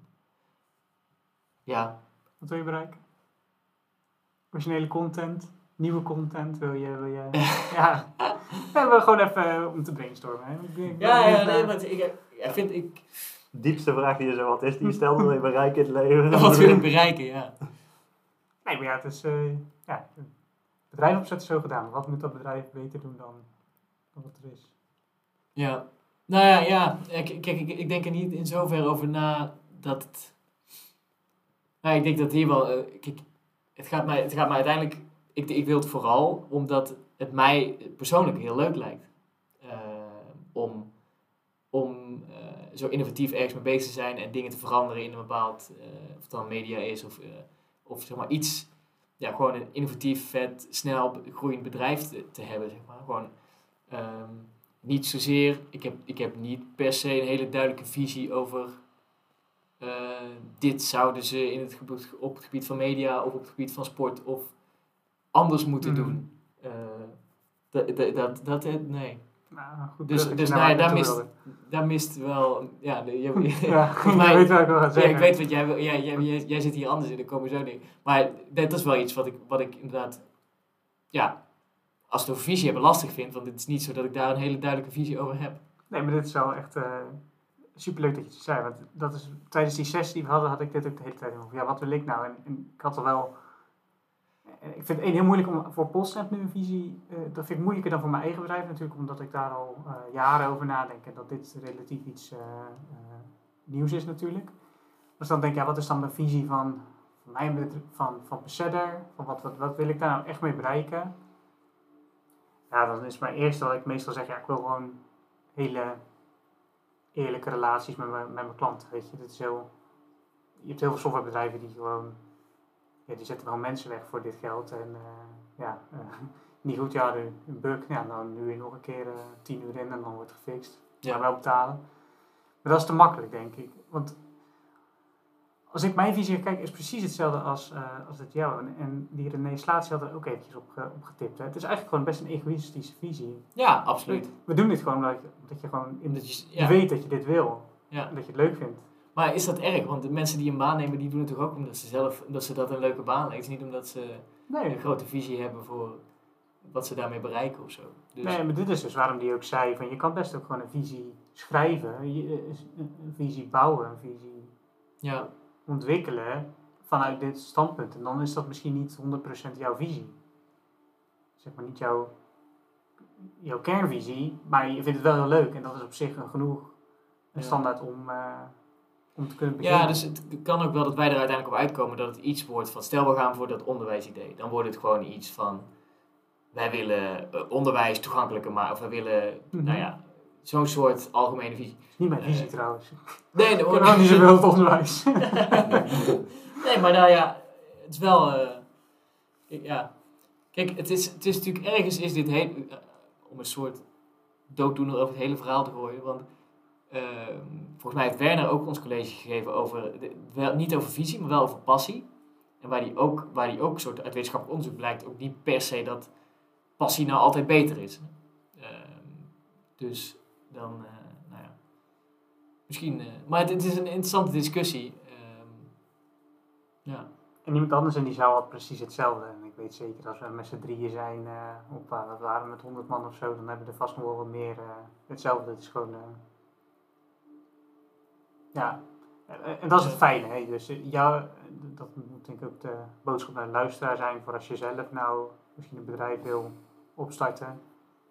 ja.
Wat wil je bereiken? Originele content? Nieuwe content? Wil je... Wil je ja. Ja, we gewoon even om te brainstormen. Hè? Ik, ik,
ja, ja, nee, maar ik, ik vind... Ik...
De diepste vraag die er zo wat is, die je stelt, wil je bereiken in het leven?
Wat wil ik bereiken, ja.
Nee, maar ja, het is... Uh, ja, het bedrijf opzetten is zo gedaan. Wat moet dat bedrijf beter doen dan, dan wat er is?
Ja. Nou ja, ja. Kijk, ik, ik denk er niet in zover over na dat het... Nou, ik denk dat hier wel... Uh, kijk, het gaat mij, het gaat mij uiteindelijk... Ik, ik wil het vooral omdat het mij persoonlijk heel leuk lijkt. Uh, om om uh, zo innovatief ergens mee bezig te zijn en dingen te veranderen in een bepaald... Uh, of het dan media is of, uh, of zeg maar iets... Ja, gewoon een innovatief, vet, snel groeiend bedrijf te, te hebben, zeg maar. Gewoon um, niet zozeer... Ik heb, ik heb niet per se een hele duidelijke visie over... Uh, dit zouden ze in het gebied, op het gebied van media of op het gebied van sport of anders moeten mm. doen. Uh, dat, dat, dat, dat, nee.
Nou, goed,
dus dus nou ja, daar, mist, daar mist wel... Ja, de, je, je,
ja mij, weet wat ik wil gaan zeggen.
Ja, ik weet wat jij wil. Ja, jij, jij, jij zit hier anders in, daar komen zo dingen. Maar dat is wel iets wat ik, wat ik inderdaad... Ja, als het over visie hebben lastig vind. Want het is niet zo dat ik daar een hele duidelijke visie over heb.
Nee, maar dit is wel echt... Uh, superleuk dat je het zei. Want dat is, tijdens die sessie die we hadden, had ik dit ook de hele tijd over. Ja, wat wil ik nou? En, en ik had er wel... Ik vind het één heel moeilijk om voor PostNap nu een visie... Uh, dat vind ik moeilijker dan voor mijn eigen bedrijf natuurlijk. Omdat ik daar al uh, jaren over nadenk. En dat dit relatief iets uh, uh, nieuws is natuurlijk. Dus dan denk ik, ja, wat is dan de visie van, van mijn bedrijf, van, van Besedder? Van wat, wat, wat wil ik daar nou echt mee bereiken? Ja, dan is mijn eerste wat ik meestal zeg, ja, ik wil gewoon hele eerlijke relaties met mijn, met mijn klanten. Weet je, dit is heel, je hebt heel veel softwarebedrijven die gewoon, ja, die zetten wel mensen weg voor dit geld. En uh, ja, uh, niet goed, ja, een bug, ja, dan nu weer nog een keer uh, tien uur in en dan wordt het gefixt. Ja, wel betalen. Maar dat is te makkelijk, denk ik. Want als ik mijn visie kijk, is precies hetzelfde als, uh, als het jou. En, en die René Slaats had er ook eventjes op, uh, op getipt. Hè. Het is eigenlijk gewoon best een egoïstische visie.
Ja, absoluut.
We, we doen dit gewoon omdat je, omdat je gewoon in,
Dat je,
je
ja.
weet dat je dit wil.
Ja.
En dat je het leuk vindt.
Maar is dat erg? Want de mensen die een baan nemen, die doen het toch ook omdat ze zelf, omdat ze dat een leuke baan lijkt. Het is niet omdat ze
Nee.
een grote visie hebben voor wat ze daarmee bereiken of zo. Dus,
Nee, maar dit is dus waarom die ook zei van je kan best ook gewoon een visie schrijven, je- een visie bouwen, een visie
ja,
ontwikkelen vanuit dit standpunt. En dan is dat misschien niet honderd procent jouw visie. Zeg maar niet jouw, jouw kernvisie, maar je vindt het wel heel leuk en dat is op zich een genoeg een
Ja.
standaard om, uh, om te kunnen beginnen.
ja, dus het kan ook wel dat wij er uiteindelijk op uitkomen dat het iets wordt van, stel we gaan voor dat onderwijsidee. Dan wordt het gewoon iets van, wij willen uh, onderwijs toegankelijker maken, of wij willen,
Mhm.
nou ja, zo'n soort algemene visie.
Dat is niet mijn visie
Uh,
trouwens.
Nee,
Ik
dat
heb ook niet zoveel het onderwijs.
Nee, maar nou ja, het is wel, uh, ja. Kijk, het is, het is natuurlijk ergens is dit heel, uh, om een soort dooddoener over het hele verhaal te gooien, want uh, volgens mij heeft Werner ook ons college gegeven over, de, wel, niet over visie, maar wel over passie. En waar die ook, waar die ook soort uit wetenschappelijk onderzoek blijkt, ook niet per se dat passie nou altijd beter is. Uh, dus dan, uh, nou ja, misschien, uh, maar het, het is een interessante discussie. Ja.
En iemand anders in die zaal had precies hetzelfde. En ik weet zeker, als we met z'n drieën zijn, uh, op, uh, wat waren we met honderd man of zo, dan hebben we er vast nog wel wat meer uh, hetzelfde. Het is gewoon, uh, ja, en, en dat is het fijne. Hè? Dus uh, jou, dat moet denk ik ook de boodschap naar de luisteraar zijn, voor als je zelf nou misschien een bedrijf wil opstarten.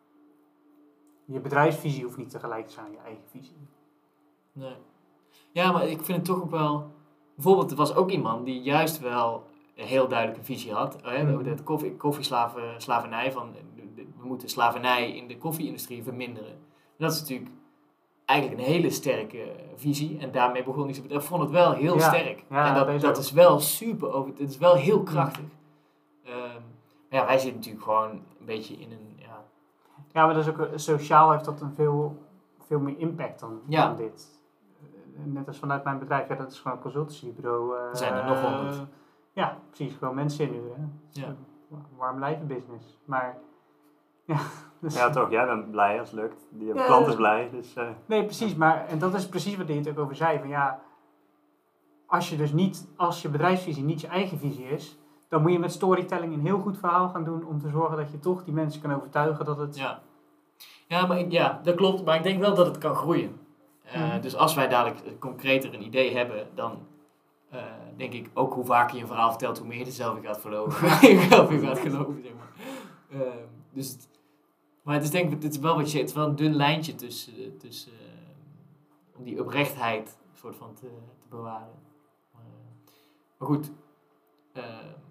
Je bedrijfsvisie hoeft niet tegelijk te zijn aan je eigen visie.
Nee. Ja, maar ik vind het toch ook wel... Bijvoorbeeld, er was ook iemand die juist wel een heel duidelijke visie had. Hè,
Mm.
de koffie, koffieslavernij, van we moeten slavernij in de koffie-industrie verminderen. En dat is natuurlijk eigenlijk een hele sterke visie. En daarmee begon hij... Ik vond het wel heel
Ja.
sterk.
Ja,
en dat,
deze
dat
ook.
is wel super... Over, het is wel heel krachtig. Um, maar ja, wij zitten natuurlijk gewoon een beetje in een... Ja,
Ja, maar dat is ook, uh, sociaal heeft dat een veel, veel meer impact dan,
Ja.
dan dit. Net als vanuit mijn bedrijf, ja, dat is gewoon een consultancybureau. Uh,
Er zijn er nog honderd.
Ja, precies, gewoon mensen inhuren.
Ja.
Een warm lijven business. Maar, ja. Dus,
Ja, toch. Jij bent blij als het lukt. Die
Ja.
klant is blij. Dus, uh,
Nee, precies, maar, en dat is precies wat hij het ook over zei. Van ja, als je dus niet, als je bedrijfsvisie niet je eigen visie is, dan moet je met storytelling een heel goed verhaal gaan doen om te zorgen dat je toch die mensen kan overtuigen dat het...
ja. Ja, maar ik, ja, dat klopt. Maar ik denk wel dat het kan groeien. Uh,
Mhm.
Dus als wij dadelijk concreter een idee hebben, dan uh, denk ik ook hoe vaker je een verhaal vertelt, hoe meer je er zelf in gaat geloven. zelf in gaat geloven, zeg maar. Uh, dus het, maar het is denk ik, het is wel wat je zegt, het is wel een dun lijntje tussen, tussen uh, om die oprechtheid soort van te, te bewaren. Maar, uh, maar goed, uh,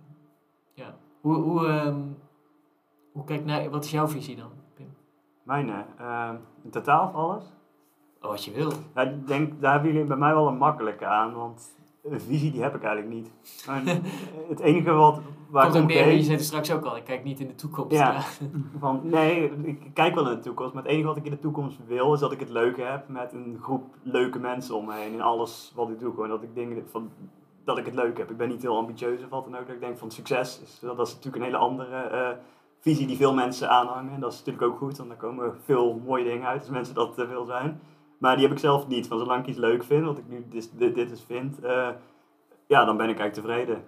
ja. Hoe, hoe, um, hoe kijk naar, wat is jouw visie dan, Pim?
Mijne. Uh, in totaal of alles?
Oh, wat je wil.
Ja, ik denk, daar hebben jullie bij mij wel een makkelijke aan, want een visie die heb ik eigenlijk niet. Maar het enige wat, waar
Komt
ik
ook
om
neer, je
keek,
zei het straks ook al, ik kijk niet in de toekomst.
Ja.
Ja.
van, nee, ik kijk wel in de toekomst, maar het enige wat ik in de toekomst wil, is dat ik het leuk heb met een groep leuke mensen om me heen in alles wat ik doe. Gewoon dat ik dingen van, dat ik het leuk heb. Ik ben niet heel ambitieus of wat dan ook, dat ik denk van succes. Is, dat is natuurlijk een hele andere uh, visie die veel mensen aanhangen. En dat is natuurlijk ook goed, want daar komen veel mooie dingen uit als mensen dat uh, wil zijn. Maar die heb ik zelf niet. Van zolang ik iets leuk vind, wat ik nu dit, dit, dit dus vind, uh, ja, dan ben ik eigenlijk tevreden.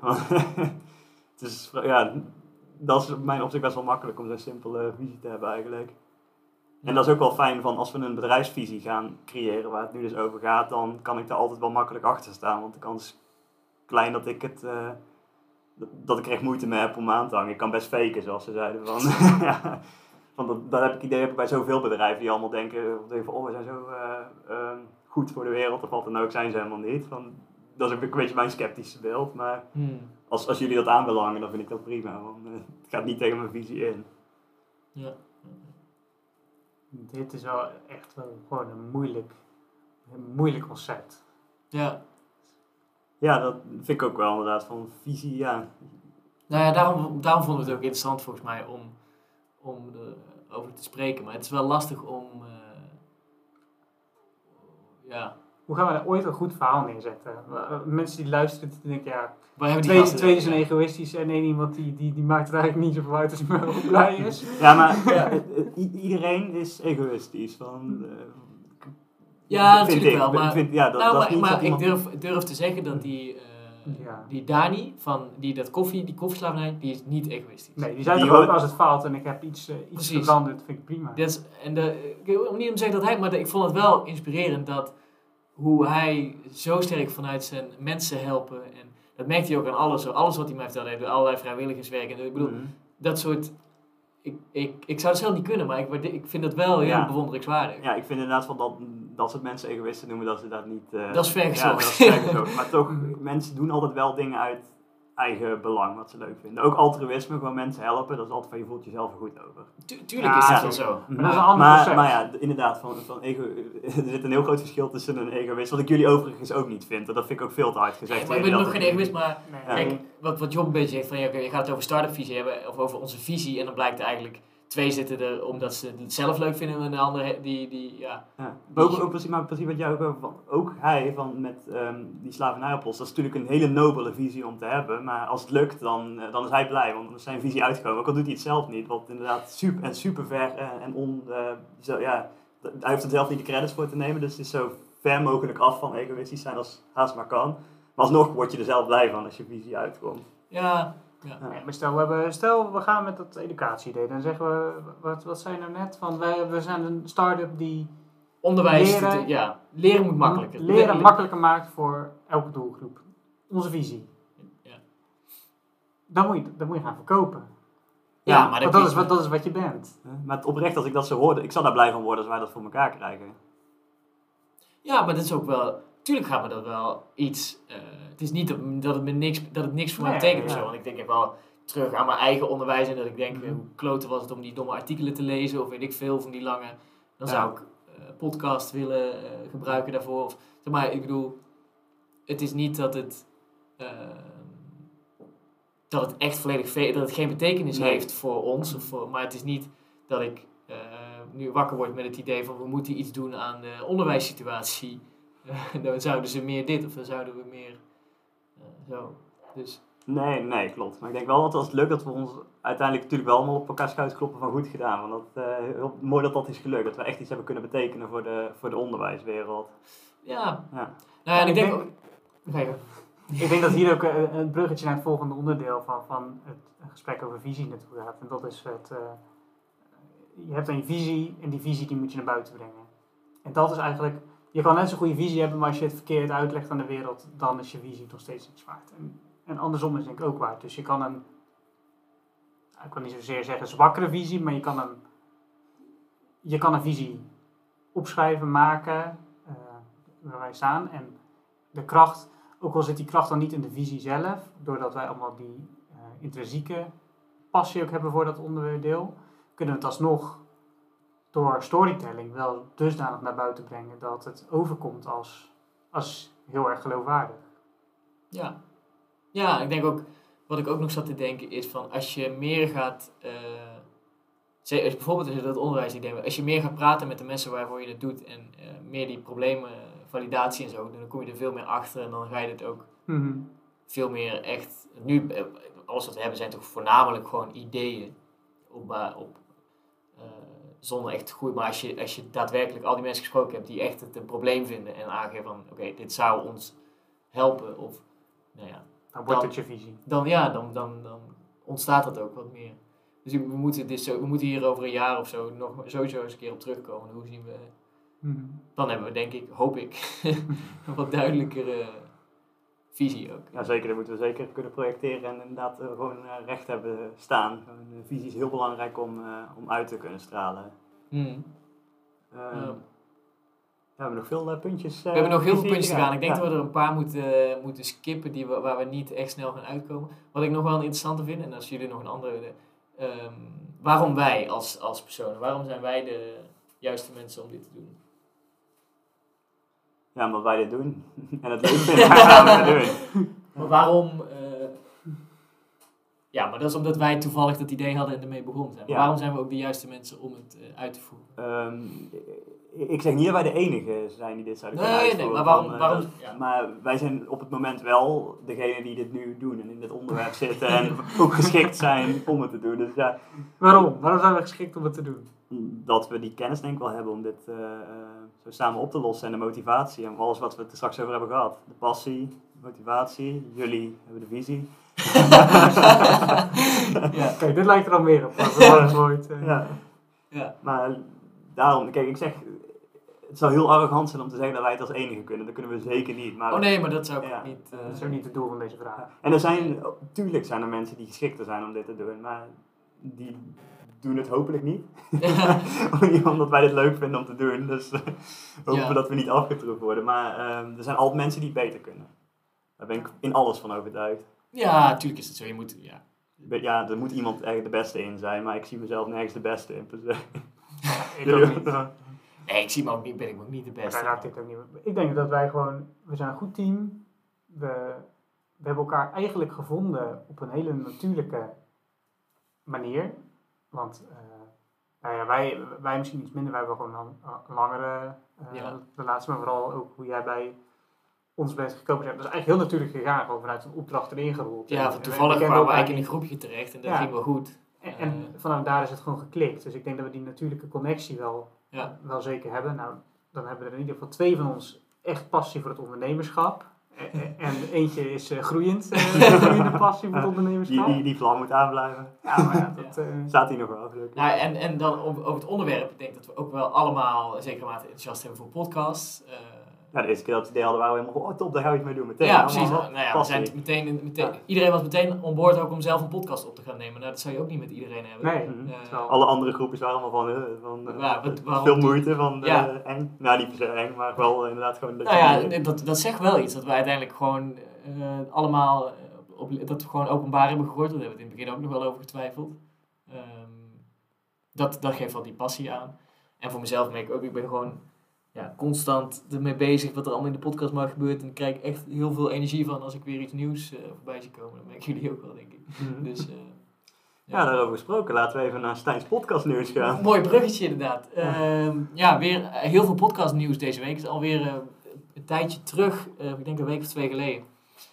Het is, ja, dat is op mijn opzicht best wel makkelijk om zo'n simpele visie te hebben eigenlijk. En dat is ook wel fijn van als we een bedrijfsvisie gaan creëren, waar het nu dus over gaat, dan kan ik daar altijd wel makkelijk achter staan. Want de kans is klein dat ik het, uh, dat ik er echt moeite mee heb om aan te hangen. Ik kan best faken, zoals ze zeiden. Van, ja. Want dat, dat heb ik idee heb ik bij zoveel bedrijven die allemaal denken, van, oh we zijn zo uh, uh, goed voor de wereld of wat dan ook, zijn ze helemaal niet. Van, dat is ook een beetje mijn sceptische beeld, maar
Hmm.
als, als jullie dat aan willen hangen, dan vind ik dat prima, want uh, het gaat niet tegen mijn visie in.
Ja.
Dit is wel echt wel gewoon een moeilijk, een moeilijk concept.
Ja.
Ja, dat vind ik ook wel inderdaad, van visie, ja.
Nou ja, daarom, daarom vonden we het ook interessant volgens mij om, om erover te spreken. Maar het is wel lastig om, uh, ja...
hoe gaan we daar ooit een goed verhaal neerzetten? Uh, mensen die luisteren, die denken, ja,
Waar hebben die
twee,
gasten
twee
dan?
zijn egoïstisch en één iemand die, die, die maakt er eigenlijk niet zoveel uit als hij maar ook blij is.
Ja, maar ja, i- iedereen is egoïstisch. Van, uh,
Ja,
vind
natuurlijk
ik.
wel, maar-
Ik vind, ja, dat,
Nou,
dat is
maar,
niet
maar
dat
ik
iemand...
durf, durf te zeggen dat die, uh,
Ja.
die Dani, van, die dat koffie, die koffieslavernij, die is niet egoïstisch.
Nee, die zei
Die
toch ook
hoort-
als het faalt en ik heb iets, uh, iets
Precies.
veranderd, vind ik prima.
Dat is, en de, ik- om niet om te zeggen dat hij, maar de- ik vond het wel inspirerend dat hoe hij zo sterk vanuit zijn mensen helpen. En dat merkt hij ook aan alles. Alles wat hij mij vertelde. Hij doet allerlei vrijwilligerswerk. En ik bedoel,
Mhm.
dat soort... Ik, ik, ik zou het zelf niet kunnen, maar ik, waarde- ik vind het wel heel
Ja.
bewonderingswaardig.
Ja, ik vind inderdaad van dat, dat soort mensen egoïsten noemen, dat ze dat niet... uh,
Dat is ver
ja,
gezocht.
dat is ver gezocht. Maar toch, mensen doen altijd wel dingen uit eigen belang, wat ze leuk vinden. Ook altruïsme, gewoon mensen helpen, dat is altijd van je voelt jezelf er goed over.
Tu- tuurlijk
Ja,
is dat
ja.
wel zo.
Maar dat is een ander
maar,
proces.
maar ja, d- inderdaad, van, van ego, er zit een heel groot verschil tussen een egoïst, wat ik jullie overigens ook niet vind. Dat vind ik ook veel te hard gezegd.
Nee, maar ik ben
Dat
nog
het-
geen egoïst, maar
Nee,
Ja.
kijk, wat, wat Job een beetje zegt, van ja, oké, je gaat het over start-up visie hebben, of over onze visie, en dan blijkt er eigenlijk twee zitten er omdat ze het zelf leuk vinden en de andere die, die ja...
Ja. Maar ook, ook precies, maar precies wat jij ook over van, ook hij van met um, die slavernij oplossen, dat is natuurlijk een hele nobele visie om te hebben, maar als het lukt, dan, uh, dan is hij blij, want dan is zijn visie uitgekomen. Ook al doet hij het zelf niet, wat inderdaad super en super ver uh, en on, uh, zo, ja, hij heeft er zelf niet de credits voor te nemen, dus het is zo ver mogelijk af van egoïstisch zijn als haast maar kan. Maar alsnog word je er zelf blij van als je visie uitkomt.
Ja, ja.
Ja.
Nee, maar stel, we hebben, stel, we gaan met dat educatie-idee. Dan zeggen we, wat, wat zei je nou net? Van, wij, we zijn een start-up die
Onderwijs,
Leren-
leren, ja, leren moet makkelijker.
leren
Le-
makkelijker maakt voor elke doelgroep. Onze visie.
Ja.
Dan moet je, dan moet je gaan verkopen.
Ja,
Ja,
maar
Want
dat,
dat
kun
is,
je-
wat, dat is wat je bent.
Uh, maar het oprecht, als ik dat zo hoorde, ik zou daar blij van worden als wij dat voor elkaar krijgen.
Ja, maar dat is ook wel... Tuurlijk gaat me dat wel iets... eh, het is niet dat, dat, het, me niks, dat het niks voor mij
Nee,
betekent of
ja.
zo. Want ik denk echt wel terug aan mijn eigen onderwijs. En dat ik denk,
Mhm.
eh, hoe kloten was het om die domme artikelen te lezen. Of weet ik veel van die lange... Dan
Ja.
zou ik eh, podcast willen eh, gebruiken daarvoor. Of, zeg maar, ik bedoel... Het is niet dat het... eh, dat het echt volledig... ve- dat het geen betekenis
Nee.
heeft voor ons. Of voor, maar het is niet dat ik... eh, nu wakker word met het idee van we moeten iets doen aan de onderwijssituatie. Uh, dan zouden ze meer dit of dan zouden we meer uh, zo. Dus
Nee, nee, klopt. Maar ik denk wel dat als het lukt, dat we ons uiteindelijk natuurlijk wel allemaal op elkaar schouders kloppen van goed gedaan. Want dat, uh, heel mooi dat dat is gelukt. Dat we echt iets hebben kunnen betekenen voor de, voor de onderwijswereld.
ja.
Ja.
Nou ja, en ik denk
denk-
ook... Nee,
Ik denk dat hier ook uh, een bruggetje naar het volgende onderdeel van, van het gesprek over visie naartoe gaat. En dat is het... Uh, je hebt dan je visie en die visie die moet je naar buiten brengen. En dat is eigenlijk... Je kan net zo'n goede visie hebben, maar als je het verkeerd uitlegt aan de wereld, dan is je visie nog steeds niks waard. En, en andersom is het denk ik ook waard. Dus je kan een... Ik kan niet zozeer zeggen zwakkere visie, maar je kan een... Je kan een visie opschrijven, maken, uh, waar wij staan. En de kracht... Ook al zit die kracht dan niet in de visie zelf, doordat wij allemaal die uh, intrinsieke passie ook hebben voor dat onderdeel, kunnen we het alsnog door storytelling wel dusdanig naar buiten brengen dat het overkomt als, als heel erg geloofwaardig.
Ja. Ja, ik denk ook... Wat ik ook nog zat te denken is van als je meer gaat... Uh, zeg, als bijvoorbeeld als je dat onderwijs idee, als je meer gaat praten met de mensen waarvoor je het doet en uh, meer die problemen, validatie en zo, dan kom je er veel meer achter en dan ga je het ook
Mm-hmm.
veel meer echt... Nu, alles wat we hebben zijn toch voornamelijk gewoon ideeën op... Uh, op uh, zonder echt goed, maar als je, als je daadwerkelijk al die mensen gesproken hebt die echt het een probleem vinden en aangeven van oké, okay, dit zou ons helpen of nou ja,
Dan wordt
Dan-
het je visie.
dan ja, dan, dan, dan ontstaat dat ook wat meer. Dus we moeten, dit zo, we moeten hier over een jaar of zo nog sowieso eens een keer op terugkomen. Hoe zien we,
Mm-hmm.
dan hebben we denk ik, hoop ik, een wat duidelijkere visie ook.
Ja, zeker. Dat moeten we zeker kunnen projecteren en inderdaad uh, gewoon uh, recht hebben staan. Een visie is heel belangrijk om, uh, om uit te kunnen stralen.
Hmm.
Uh,
Ja.
ja. We hebben nog veel uh, puntjes. Uh,
We hebben nog heel veel
die
puntjes te gaan. Ik denk
ja.
dat we er een paar moeten, uh, moeten skippen die we, waar we niet echt snel gaan uitkomen. Wat ik nog wel een interessante vind, en als jullie nog een andere willen. Um, waarom wij als, als personen? Waarom zijn wij de juiste mensen om dit te doen?
Ja, omdat wij dit doen. En het leuk vinden, gaan we het doen.
Maar waarom... Uh, ja, maar dat is omdat wij toevallig dat idee hadden en ermee begonnen zijn. Maar
Ja.
waarom zijn we ook de juiste mensen om het uh, uit te voeren?
Um, ik zeg niet dat wij de enige zijn die dit zouden kunnen
Nee,
uitvoeren.
nee, maar waarom...
van, uh,
waarom
dat,
ja.
Maar wij zijn op het moment wel degene die dit nu doen en in dit onderwerp zitten en ook geschikt zijn om het te doen. Dus ja,
Waarom? Waarom zijn we geschikt om het te doen?
dat we die kennis denk ik wel hebben om dit uh, uh, zo samen op te lossen en de motivatie en alles wat we het er straks over hebben gehad. De passie, de motivatie, jullie hebben de visie.
Ja. Kijk, dit lijkt er al meer op. Het ooit, uh,
ja.
Ja.
Maar daarom, kijk, ik zeg, het zou heel arrogant zijn om te zeggen dat wij het als enige kunnen. Dat kunnen we zeker niet. Maar,
Oh nee, maar dat zou ik
ja.
niet... Uh,
dat is ook niet het doel van deze vraag.
En er zijn, tuurlijk zijn er mensen die geschikter zijn om dit te doen, maar die doen het hopelijk niet. Omdat wij dit leuk vinden om te doen, dus uh, hopen
Ja.
we dat we niet afgetroefd worden. Maar uh, er zijn altijd mensen die het beter kunnen. Daar ben ik in alles van overtuigd.
Ja, natuurlijk is het zo. Je moet... Ja.
Ja, er moet iemand echt de beste in zijn, maar ik zie mezelf nergens de beste in. Dus, uh,
Ik ook niet.
Nee, ik zie me ook niet, ben ik ook niet de beste.
Daar raakt dit ook niet mee. Ik denk dat wij gewoon, we zijn een goed team. We, we hebben elkaar eigenlijk gevonden op een hele natuurlijke manier. Want uh, nou ja, wij, wij misschien iets minder, wij hebben gewoon een, een langere uh,
Ja.
relatie, maar vooral ook hoe jij bij ons bent gekomen. Dat is eigenlijk heel natuurlijk gegaan, gewoon vanuit een opdracht erin gerold.
Ja,
En-
van
en
toevallig
we
kwamen
kenden
we eigenlijk in
elkaar
een groepje terecht en dat
Ja.
ging wel goed.
En, en vanuit daar is het gewoon geklikt. Dus ik denk dat we die natuurlijke connectie wel,
Ja.
wel zeker hebben. Nou, dan hebben er in ieder geval twee van ons echt passie voor het ondernemerschap. En, en eentje is uh, groeiend, uh, groeiende passie voor het
die,
ondernemerschap.
die, die vlam moet aanblijven.
Ja, maar ja, dat... Uh,
Staat hier nog wel gelukkig.
Nou, en, en dan over, over het onderwerp, ik denk dat we ook wel allemaal in zekere mate enthousiast hebben voor podcasts. Uh,
Ja, de eerste keer dat we het idee hadden, waren we helemaal van, oh top, daar gaan we iets mee doen meteen.
ja,
Allemaal
precies.
wel
Nou ja, we
passie.
zijn meteen, in- meteen,
Ja.
Iedereen was meteen on board ook om zelf een podcast op te gaan nemen. Nou, dat zou je ook niet met iedereen hebben.
nee,
Mhm.
dat is wel-
Alle andere groepjes waren allemaal van, uh, van uh,
Ja, wat- waarom
veel
die-
moeite, van uh,
Ja.
eng. Nou, niet per se eng, maar wel uh, inderdaad gewoon... Dat
Nou
je-
ja, nee, dat, dat zegt wel iets. Dat we uiteindelijk gewoon uh, allemaal, uh, op, dat we gewoon openbaar hebben gegooid. Daar hebben we het in het begin ook nog wel over getwijfeld. Um, dat, dat geeft wel die passie aan. En voor mezelf merk ik ook, ik ben gewoon ja, constant ermee bezig wat er allemaal in de podcast maar gebeurt. En ik krijg echt heel veel energie van als ik weer iets nieuws uh, voorbij zie komen. Dat merken jullie ook wel, denk ik.
Mhm.
Dus, uh,
Ja, daarover gesproken. Laten we even naar Stijn's podcast nieuws gaan.
Mooi bruggetje inderdaad. Um, ja, weer uh, heel veel podcastnieuws deze week. Het is alweer uh, een tijdje terug, uh, ik denk een week of twee geleden.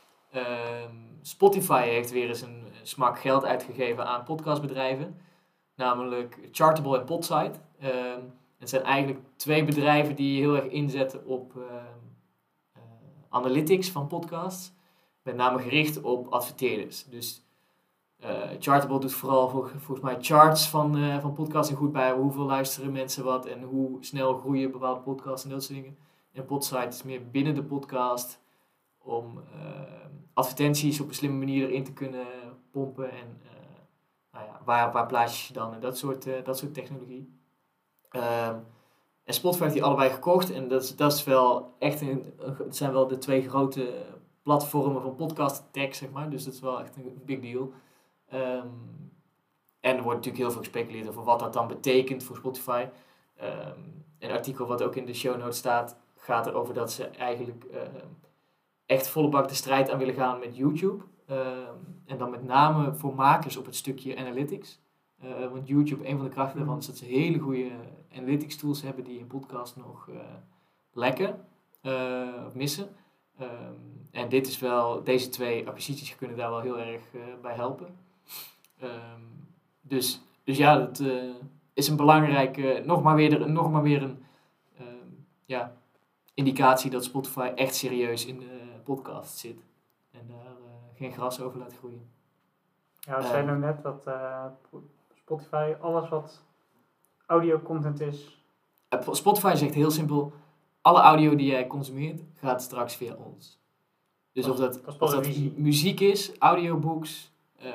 Um, Spotify heeft weer eens een smak geld uitgegeven aan podcastbedrijven. Namelijk Chartable en Podsite. Um, het zijn eigenlijk twee bedrijven die heel erg inzetten op uh, uh, analytics van podcasts. Met name gericht op adverteerders. Dus Uh, Chartable doet vooral vol, volgens mij charts van, uh, van podcasts en goed bij hoeveel luisteren mensen wat en hoe snel groeien bepaalde podcasts en dat soort dingen. En Podsite is meer binnen de podcast om uh, advertenties op een slimme manier erin te kunnen pompen en uh, nou ja, waar, waar plaats je dan en dat soort, uh, dat soort technologie. Uh, en Spotify heeft die allebei gekocht en dat is, dat is wel echt een, het zijn wel de twee grote platformen van podcast tech, zeg maar, dus dat is wel echt een big deal. Um, en er wordt natuurlijk heel veel gespeculeerd over wat dat dan betekent voor Spotify. Um, een artikel wat ook in de show notes staat, gaat erover dat ze eigenlijk uh, echt volle bak de strijd aan willen gaan met YouTube. Um, en dan met name voor makers op het stukje analytics. Uh, want YouTube, een van de krachten daarvan is dat ze hele goede analytics tools hebben die in podcast nog uh, lekken uh, of missen. Um, en dit is wel, deze twee acquisities kunnen daar wel heel erg uh, bij helpen. Um, dus, dus ja, dat uh, is een belangrijke, nog maar weer, er, nog maar weer een um, ja, indicatie dat Spotify echt serieus in de podcast zit. En daar uh, geen gras over laat groeien.
Ja, we zeiden nou net dat uh, Spotify, alles wat audio content is...
Uh, Spotify zegt heel simpel, alle audio die jij consumeert gaat straks via ons. Dus
dat,
of dat,
dat,
of dat muziek is, audiobooks, uh,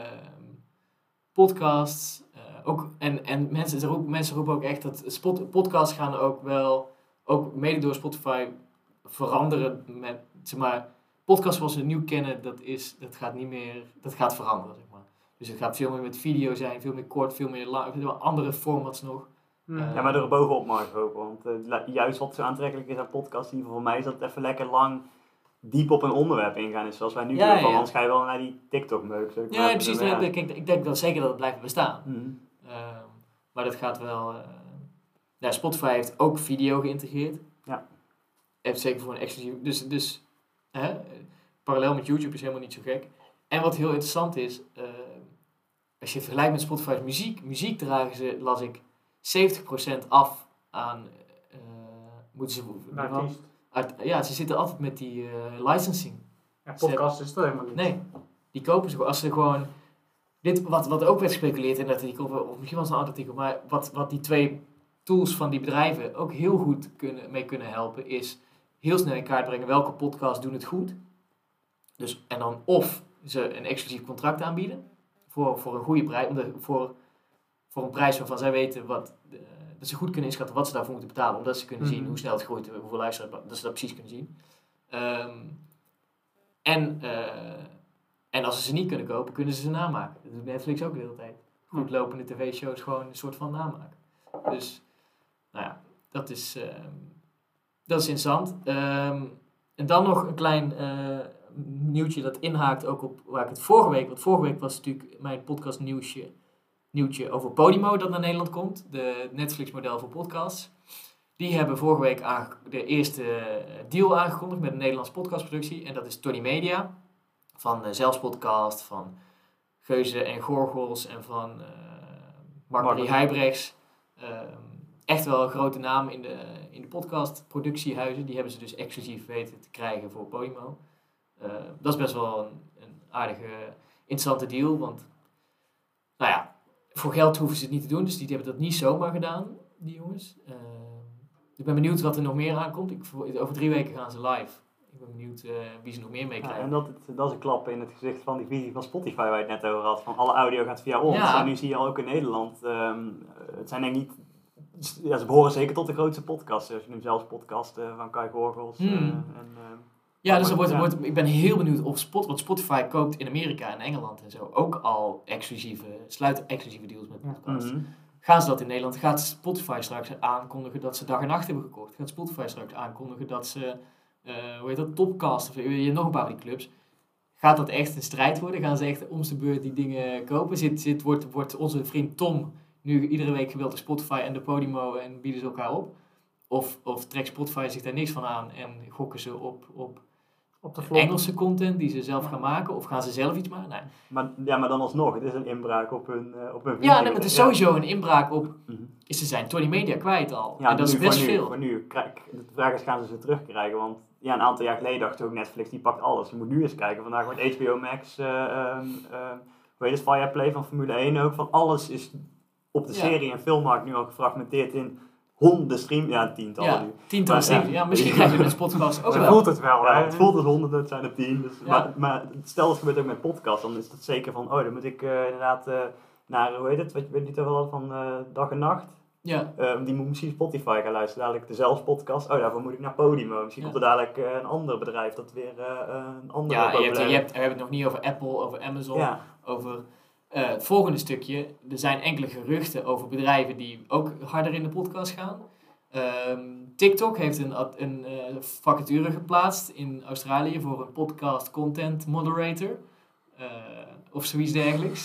podcasts, uh, ook, en, en mensen, roepen, mensen roepen ook echt dat spot, podcasts gaan ook wel, ook mede door Spotify, veranderen met, zeg maar, podcasts zoals we het nu kennen, dat, is, dat gaat niet meer, dat gaat veranderen, zeg maar. Dus het gaat veel meer met video zijn, veel meer kort, veel meer lang, veel andere formats nog.
Hmm.
Uh,
Ja, maar er bovenop mag ik ook, want uh, juist wat zo aantrekkelijk is aan podcasts, in ieder geval voor mij, is dat het even lekker lang diep op een onderwerp ingaan is, zoals wij nu
Ja,
doen,
ja,
van,
ja.
anders ga je wel naar die TikTok-meuk. zeg
Ja,
maar.
precies.
Ja.
Ik, ik, ik denk wel zeker dat het blijft bestaan.
Mm.
Uh, maar dat gaat wel... Uh, Nou, Spotify heeft ook video geïntegreerd.
Ja.
Heeft zeker voor een exclusief... Dus, dus hè, parallel met YouTube is helemaal niet zo gek. En wat heel interessant is, uh, als je het vergelijkt met Spotify's muziek, muziek dragen ze, las ik, zeventig procent af aan... Uh, moeten ze...
Een artiest.
Uit, ja, ze zitten altijd met die uh, licensing.
Ja, podcast is dat helemaal niet.
Nee, die kopen ze gewoon. Als ze gewoon... Dit, wat, wat ook werd gespeculeerd in dat artikel, of misschien was het een ander artikel, maar wat, wat die twee tools van die bedrijven ook heel goed kunnen, mee kunnen helpen, is heel snel in kaart brengen welke podcasts doen het goed. Dus, en dan of ze een exclusief contract aanbieden voor, voor een goede prijs, voor, voor een prijs waarvan zij weten wat, uh, dat ze goed kunnen inschatten wat ze daarvoor moeten betalen, omdat ze kunnen zien
Mm-hmm.
hoe snel het groeit, hoeveel luisteraars, dat ze dat precies kunnen zien. Um, en, uh, en als ze ze niet kunnen kopen, kunnen ze ze namaken. Dat doet Netflix ook de hele tijd. Goed lopende tv-shows gewoon een soort van namaken. Dus, nou ja, dat is, uh, dat is interessant. Um, en dan nog een klein uh, nieuwtje dat inhaakt ook op waar ik het vorige week... Want vorige week was natuurlijk mijn podcast nieuwtje, nieuwtje over Podimo dat naar Nederland komt. De Netflix-model voor podcasts. Die hebben vorige week aange- de eerste deal aangekondigd met een Nederlandse podcastproductie. En dat is Tony Media. Van uh, Zelfspodcast, van Geuze en Gorgels en van uh, Mark-Marie Huybrechts. Uh, echt wel een grote naam in de, in de podcastproductiehuizen. Die hebben ze dus exclusief weten te krijgen voor Podimo. Uh, dat is best wel een, een aardige, interessante deal. Want, nou ja, voor geld hoeven ze het niet te doen. Dus die hebben dat niet zomaar gedaan, die jongens. Uh, ik ben benieuwd wat er nog meer aankomt. Ik, over drie weken gaan ze live. Ik ben benieuwd uh, wie ze nog meer meekrijgen.
Ja, en dat, dat is een klap in het gezicht van die visie van Spotify waar je het net over had. Van alle audio gaat via ons.
Ja.
En nu zie je ook in Nederland, um, het zijn denk ik niet... Ja, ze behoren zeker tot de grootste podcasts. Als je neemt zelfs podcast uh, van Kai Gorgels.
Hmm.
Uh, en, uh,
Ja, dus er wordt,
ja.
wordt, ik ben heel benieuwd of Spot, want Spotify koopt in Amerika en Engeland en zo ook al exclusieve, sluit exclusieve deals met podcasts.
mm-hmm.
Gaan ze dat in Nederland? Gaat Spotify straks aankondigen dat ze dag en nacht hebben gekocht? Gaat Spotify straks aankondigen dat ze, uh, hoe heet dat, Topcast of je hebt nog een paar van die clubs. Gaat dat echt een strijd worden? Gaan ze echt om de beurt die dingen kopen? Zit, zit, wordt, wordt onze vriend Tom nu iedere week gebeld door Spotify en de Podimo en bieden ze elkaar op? Of, of trekt Spotify zich daar niks van aan en gokken ze op, op
Op de vlog.
Engelse content die ze zelf gaan maken? Of gaan ze zelf iets maken? Nee.
Maar, ja, maar dan alsnog, het is een inbraak op hun, uh, op hun
Ja, nee, maar het is sowieso een inbraak op...
Mm-hmm.
Is ze zijn Tony Media kwijt al.
Ja,
en dat
nu,
is best
voor nu,
veel.
Voor nu. Krijg, de vraag is, gaan ze ze terugkrijgen? Want ja, een aantal jaar geleden dacht ik ook, Netflix die pakt alles. Je moet nu eens kijken. Vandaag wordt H B O Max, uh, um, uh, hoe heet het, Viaplay van Formule één ook. Van alles is op de
Ja.
serie- en filmmarkt nu al gefragmenteerd in honderden stream... Ja, tientallen
Ja,
nu.
tientallen
Maar,
streams.
ja.
Ja, misschien krijg je met podcast ook
Zo
wel.
voelt het wel,
Ja,
hè?
het voelt als honderden, het zijn er tien. Dus,
Ja.
maar, maar stel dat het gebeurt ook met podcasts, dan is het zeker van, oh, dan moet ik uh, inderdaad uh, naar, hoe heet het, wat je weet niet wel van uh, dag en nacht.
Ja,
Uh, die moet misschien Spotify gaan luisteren, dadelijk de zelfs podcast. Oh, daarvoor moet ik naar Podimo. Misschien
Ja.
komt er dadelijk uh, een ander bedrijf dat weer uh, een andere
ja je, hebt, je,
populaire-
hebt, we hebben het nog niet over Apple, over Amazon,
Ja,
over uh, het volgende stukje. Er zijn enkele geruchten over bedrijven die ook harder in de podcast gaan. Um, TikTok heeft een, ad- een uh, vacature geplaatst in Australië voor een podcast content moderator. Uh, of zoiets dergelijks.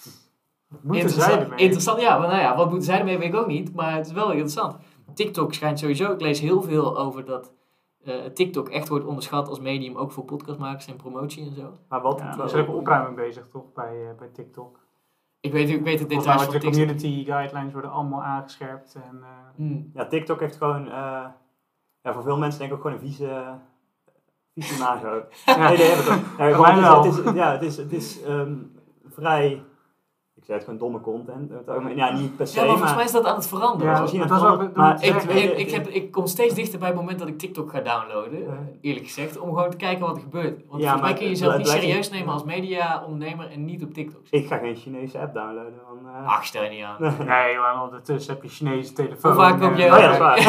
Moeten zij
Interessant,
ermee?
interessant, ja, maar nou ja, wat moeten zij ermee weet ik ook niet, maar het is wel interessant. TikTok schijnt sowieso, ik lees heel veel over dat uh, TikTok echt wordt onderschat als medium, ook voor podcastmakers en promotie en zo.
maar wat...
Ja,
wat-
ze zijn op opruiming bezig, toch, bij, uh, bij TikTok.
Ik weet, ik weet de
Volgens
details
mij
van
worden de
TikTok.
community guidelines worden allemaal aangescherpt. En, uh,
Hmm.
Ja, TikTok heeft gewoon, uh, ja, voor veel mensen denk ik ook gewoon een vieze, vieze imago.
ja.
Nee, nee, hebben het ook. Ja,
Voor
gewoon,
mij
het is,
wel.
het is, ja, het is, het is um, vrij, ik zeg het gewoon domme content. Ja, niet per se,
Ja, maar volgens
maar...
mij is dat aan het veranderen.
Ja,
Zoals je-
Misschien
dat
het
was ook-
veranderd, maar
dat
ik,
moet
ik
zeggen.
weet-
ik, ik, heb, ik kom steeds dichter bij het moment dat ik TikTok ga downloaden, uh, eerlijk gezegd, om gewoon te kijken wat er gebeurt. Want
Ja,
volgens mij
maar
kun je
het-
jezelf
het
niet
lijkt-
serieus nemen als media-ondernemer en niet op TikTok zitten.
Ik ga geen Chinese app downloaden. Want, uh,
Ach, stel je niet aan.
Nee, maar ondertussen heb je Chinese telefoon.
Hoe vaak kom je-
eh,
Oh ja, dat is waar.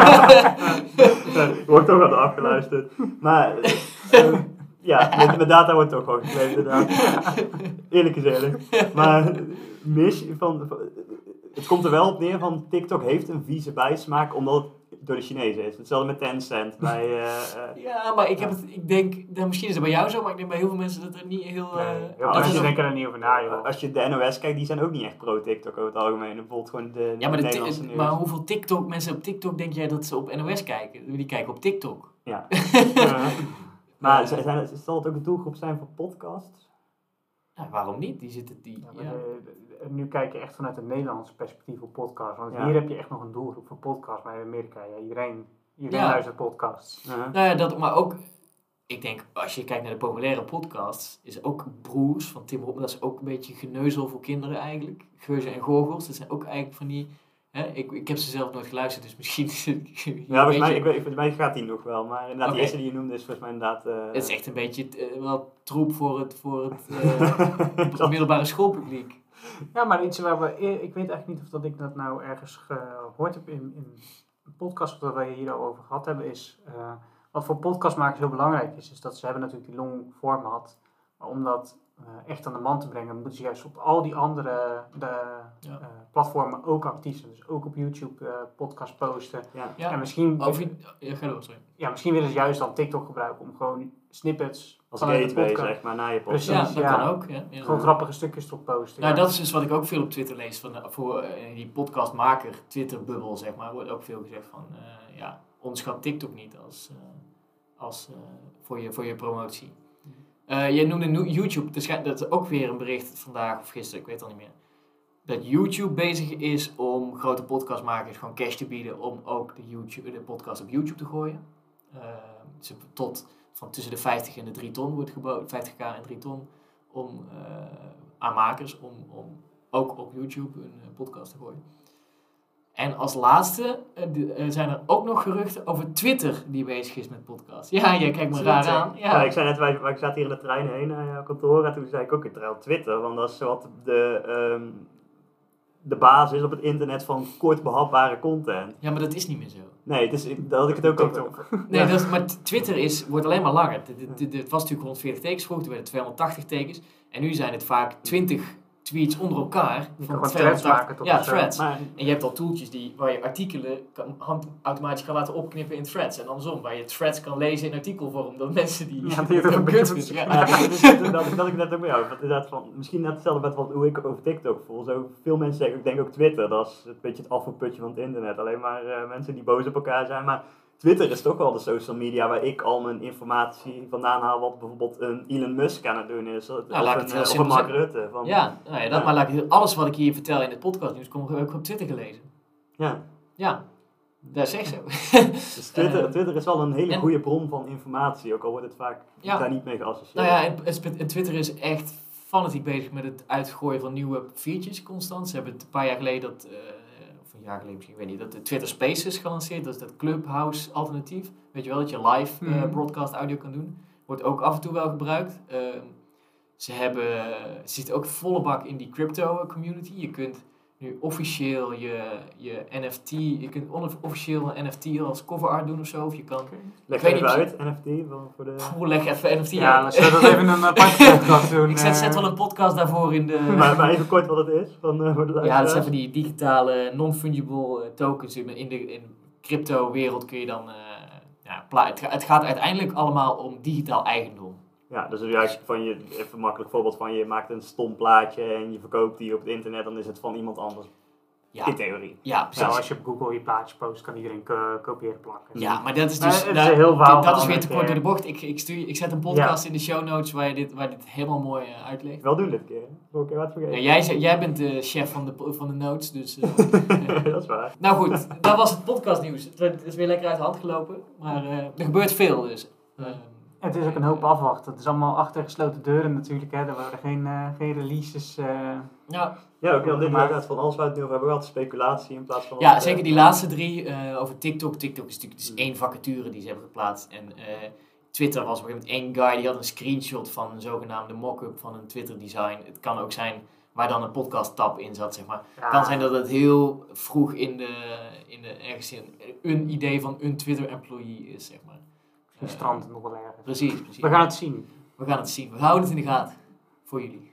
Ja, wordt toch wel afgeluisterd. Maar uh, ja, met, met data wordt toch gewoon gekleed inderdaad. Eerlijk is eerlijk. Maar mis van, van- het komt er wel op neer van TikTok heeft een vieze bijsmaak omdat het door de Chinezen is. Hetzelfde met Tencent. Bij, uh, uh,
ja, maar ik heb het, ik denk, dan, misschien is het bij jou zo, maar ik denk bij heel veel mensen dat er niet heel... Uh,
Nee, heel veel
dat
mensen
is-
denken er niet over na, joh.
als je de N O S kijkt, die zijn ook niet echt pro-TikTok over het algemeen. Bijvoorbeeld gewoon de,
Ja, maar, de
Nederlandse
ti-
nieuws.
maar hoeveel TikTok, mensen op TikTok denk jij dat ze op N O S kijken? Die kijken op TikTok.
Ja. uh, maar zijn, zijn, zal het ook een doelgroep zijn voor podcasts?
Nou, waarom niet? Die zitten, die,
Ja, maar
ja.
de- de- nu kijk je echt vanuit het Nederlandse perspectief op podcasts. Want
Ja.
hier heb je echt nog een doelgroep voor podcasts. Maar in Amerika, ja, iedereen, iedereen
Ja.
luistert podcasts.
Uh,
Nou ja, dat, maar ook, ik denk, als je kijkt naar de populaire podcasts, is ook Broers van Tim Hopman, dat is ook een beetje geneuzel voor kinderen eigenlijk. Geuzen en Gorgels, dat zijn ook eigenlijk van die, hè, ik, ik heb ze zelf nooit geluisterd, dus misschien...
ja, volgens mij, ik weet, volgens mij gaat die nog wel. Maar inderdaad,
Oké.
de eerste die je noemde is volgens mij inderdaad... Uh,
Het is echt een beetje uh, wel troep voor het, voor het uh, middelbare schoolpubliek.
Ja, maar iets waar we... Ik weet eigenlijk niet of dat ik dat nou ergens gehoord heb in, in een podcast of dat wij hier al over gehad hebben, is... Uh, wat voor podcastmakers heel belangrijk is, is dat ze hebben natuurlijk die long format. Maar om dat uh, echt aan de man te brengen, moeten ze juist op al die andere de,
Ja.
uh, platformen ook actief zijn. Dus ook op YouTube uh, podcast posten.
ja.
Ja.
En misschien,
Over, ja, ga door, sorry.
ja, misschien willen ze juist dan TikTok gebruiken om gewoon snippets
Als
vanuit de
gateway,
podcast,
zeg maar, na je podcast.
Ja,
Precies,
dat
ja.
kan ook. Ja. Ja.
gewoon grappige stukjes erop posten.
Nou,
ja.
dat is dus wat ik ook veel op Twitter lees. Van, voor uh, die podcastmaker, Twitter-bubbel, zeg maar, wordt ook veel gezegd van, uh, ja, onderschat TikTok niet als, uh, als uh, voor, je, voor je promotie. Uh, jij noemde nu YouTube, er schijnt, dat is ook weer een bericht vandaag of gisteren, ik weet het al niet meer. Dat YouTube bezig is om grote podcastmakers gewoon cash te bieden om ook de, YouTube, de podcast op YouTube te gooien. Uh, ze tot van tussen de vijftig en de drie ton wordt geboden, vijftig k en drie ton, om uh, aan makers om, om ook op YouTube een uh, podcast te gooien. En als laatste uh, de, uh, zijn er ook nog geruchten over Twitter die bezig is met podcasts. Ja, jij kijkt me raar aan.
Ja. Ja, ik zei net, wij, wij zaten hier in de trein heen naar jouw kantoor en toen zei ik ook in terwijl Twitter, want dat is wat de, um, de basis op het internet van kort behapbare content.
Ja, maar dat is niet meer zo.
Nee, het is, daar had ik het ook over.
Nee, dat is, maar Twitter is, wordt alleen maar langer. Het was natuurlijk honderdveertig tekens vroeger, toen werden het tweehonderdtachtig tekens. En nu zijn het vaak twintig tweets onder elkaar.
Je
Van
kan gewoon threads maken toch?
Ja,
of zo.
threads.
Maar,
En je hebt al tooltjes die, waar je artikelen kan, hand, automatisch kan laten opknippen in threads. En andersom, waar je threads kan lezen in artikelvorm. Dat mensen die...
Ja, die het ook
kut
beter
vinden.
vinden.
Ja.
ja, dat, is, dat, dat, dat ik net ook bij jou. Want inderdaad van, misschien net hetzelfde met wat, hoe ik over TikTok voel. Zo, veel mensen zeggen, ik denk ook Twitter, dat is een beetje het afvalputje van het internet. Alleen maar uh, mensen die boos op elkaar zijn. Maar Twitter is toch wel de social media waar ik al mijn informatie vandaan haal. Wat bijvoorbeeld een Elon Musk aan het doen is. Of,
laat ik het
een,
heel
uh, of een
simpel
Mark
zeggen.
Rutte. Van,
Ja, nou ja, dat,
Ja.
maar laat ik, alles wat ik hier vertel in het podcastnieuws, kom ik ook op Twitter gelezen.
ja.
Ja, dat is echt zo.
Dus Twitter,
Uh,
Twitter is wel een hele
en-
goede bron van informatie. Ook al wordt het vaak
Ja.
daar niet mee geassocieerd.
Nou ja, en, en- en Twitter is echt fanatiek bezig met het uitgooien van nieuwe features constant. Ze hebben het een paar jaar geleden, dat, uh, of een jaar geleden misschien, ik weet niet, dat de Twitter Spaces gelanceerd. Dat is dat Clubhouse alternatief. Weet je wel, dat je live uh,
Mhm.
broadcast audio kan doen. Wordt ook af en toe wel gebruikt. Uh, ze hebben, ze zitten ook volle bak in die crypto community. Je kunt nu officieel je, je N F T, je kunt onofficieel een N F T als cover art doen of zo. Of je kan,
Leg
ik weet
even
niet-
uit, N F T. Voor voor de...
hoe leg even N F T
Ja,
uit.
dan zullen we dat even in een aparte podcast doen.
Ik zet,
eh.
zet wel een podcast daarvoor in de...
maar, maar even kort wat het is. Van, uh, voor de
Ja, dat
luisteraars.
zijn van die digitale non-fungible uh, tokens. In in de in crypto-wereld kun je dan... Uh, ja, pla- het, ga- het gaat uiteindelijk allemaal om digitaal eigendom.
Ja, dus juist van je, even een makkelijk voorbeeld van je maakt een stom plaatje en je verkoopt die op het internet, dan is het van iemand anders.
Ja,
In theorie.
ja precies.
Zo, als je op Google je plaatje post, kan iedereen ko- kopiëren plakken.
Ja, maar dat is
Maar
dus...
het is
daar-
een heel verhaal
dit- dat is
van
weer
het,
te kort door
eh,
de bocht. Ik, ik, stuur, ik zet een podcast in de show notes waar je dit, waar dit helemaal mooi uh, uitlegt.
Wel doen dit keer. Vorige keer wat vergeten.
Ja, jij, ze- jij bent de chef van de, van de notes, dus... uh,
Dat is waar.
nou goed, dat was het podcastnieuws. Het, het is weer lekker uit de hand gelopen, maar uh, er gebeurt veel dus. Uh,
Het is ook een hoop afwachten. Het is allemaal achter gesloten deuren natuurlijk. Hè. Er worden geen, uh, geen releases. Uh,
ja,
Ja, ook heel dit
Maar-
inderdaad van alles waar we het nu over hebben, wel speculatie in plaats van...
Ja,
wat,
zeker
eh,
die laatste drie uh, over TikTok. TikTok is natuurlijk dus
Mm.
één vacature die ze hebben geplaatst. En uh, Twitter was op een gegeven moment één guy die had een screenshot van een zogenaamde mock-up van een Twitter design. Het kan ook zijn waar dan een podcast tab in zat, zeg maar. Het
ja,
kan zijn dat het heel vroeg in de, in de ergens in een idee van een Twitter employee is, zeg maar.
Misschien
Uh,
strandt het nog wel ergens.
Precies, precies.
We gaan het zien.
We gaan het zien. We houden het in de gaten. Voor jullie.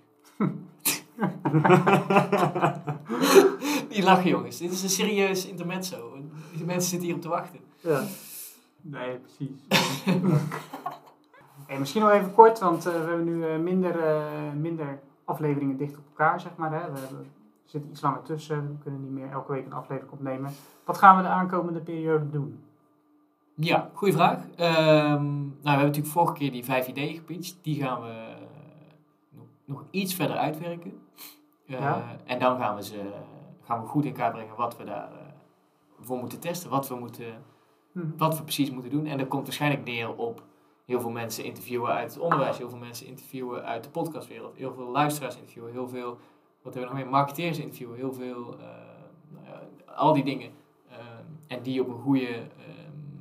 Die lachen jongens. Dit is een serieus intermezzo. Die mensen zitten hier op te wachten.
Ja.
Nee, precies. Hey, misschien nog even kort, want uh, we hebben nu uh, minder, uh, minder afleveringen dicht op elkaar, zeg maar. Hè. We, hebben, we zitten iets langer tussen, we kunnen niet meer elke week een aflevering opnemen. Wat gaan we de aankomende periode doen?
Ja, goede vraag. Um, nou, we hebben natuurlijk vorige keer die vijf ideeën gepitcht. Die gaan we uh, nog, nog iets verder uitwerken. Uh,
Ja.
En dan gaan we ze gaan we goed in kaart brengen wat we daarvoor uh, voor moeten testen. Wat we, moeten,
Hm.
wat we precies moeten doen. En dat komt waarschijnlijk neer op heel veel mensen interviewen uit het onderwijs. Heel veel mensen interviewen uit de podcastwereld. Heel veel luisteraars interviewen. Heel veel, wat hebben we nog meer, marketeers interviewen. Heel veel, uh, nou ja, al die dingen. Uh, en die op een goede... Um,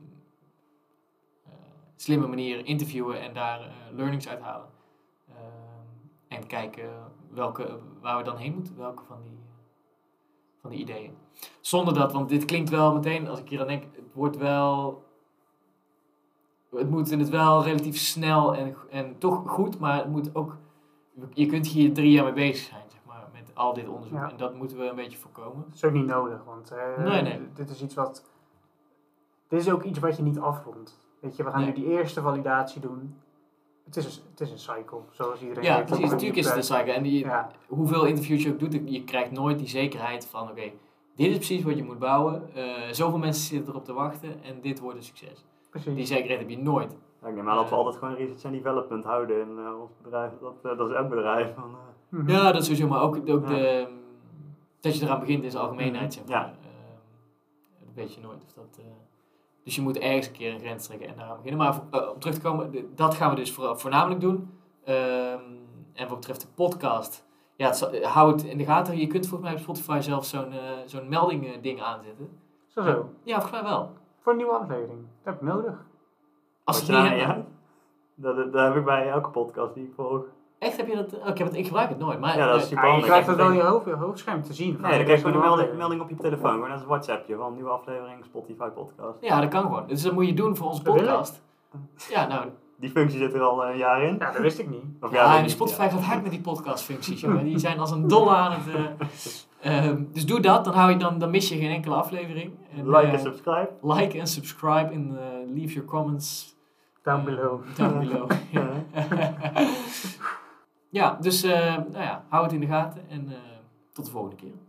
slimme manier interviewen en daar uh, learnings uithalen. Uh, en kijken welke, waar we dan heen moeten, welke van die, van die ideeën. Zonder dat, want dit klinkt wel meteen, als ik hier aan denk, het wordt wel, het moet het wel relatief snel en, en toch goed, maar het moet ook, je kunt hier drie jaar mee bezig zijn, zeg maar, met al dit onderzoek.
Ja.
En dat moeten we een beetje voorkomen.
Dat is ook niet nodig, want uh,
Nee, nee.
dit is iets wat, dit is ook iets wat je niet afrondt. Weet je, we gaan
Nee.
nu die eerste validatie doen. Het is een, het is een cycle, zoals iedereen
Ja,
weet.
precies. Natuurlijk is het een cycle. En die,
Ja.
hoeveel interviews je ook doet, je krijgt nooit die zekerheid van, oké, okay, dit is precies wat je moet bouwen. Uh, zoveel mensen zitten erop te wachten en dit wordt een succes.
Precies.
Die zekerheid heb je nooit.
Ja, ik neem aan dat we altijd gewoon research en development houden in uh, ons bedrijf. Dat, uh, dat is elk bedrijf. Van, uh,
Mhm.
Ja, dat is sowieso, maar ook, ook
Ja.
de, dat je eraan begint in zijn algemeenheid, zeg
Ja.
maar. Uh, dat weet je nooit of dat... Uh, Dus je moet ergens een keer een grens trekken en daaraan beginnen. Maar uh, om terug te komen, d- dat gaan we dus voor, voornamelijk doen. Um, en wat betreft de podcast, ja, het, zal- hou het in de gaten. Je kunt volgens mij op Spotify zelf zo'n, uh, zo'n melding uh, ding aanzetten.
Zo zo.
Ja, volgens mij wel.
Voor een nieuwe aflevering. Dat heb ik nodig.
Als
wat
het
je
niet
daar
hebt,
mee uit? Dat, dat, dat heb ik bij elke podcast die ik volg.
echt heb je dat? Oh, ik, heb het, ik gebruik het nooit. Maar,
Ja, dat is
uh,
super
Ah, je
handig.
krijgt dat wel in
Nee,
je, hoofd, je hoofdscherm te zien.
dan krijg je gewoon een
nieuwe
melding,
aflevering.
melding op je telefoon. Gewoon als een WhatsAppje van nieuwe aflevering Spotify podcast.
ja, dat kan gewoon. Dus dat moet je doen voor onze
Dat wil ik.
podcast. Ja, nou,
Die functie zit er al uh, een jaar in.
Ja, dat wist ik niet.
Of
ja,
weet
en
ik
Spotify
niet,
gaat hard met die podcastfuncties, jongen. Die zijn als een dolle aan het... Uh, um, dus doe dat, dan, hou je, dan, dan mis je geen enkele aflevering.
ja.
En,
Like
uh,
en subscribe.
Like en subscribe en uh, leave your comments
Down
uh,
below.
Down below. Ja. Ja, dus uh, nou ja, hou het in de gaten en uh, tot de volgende keer.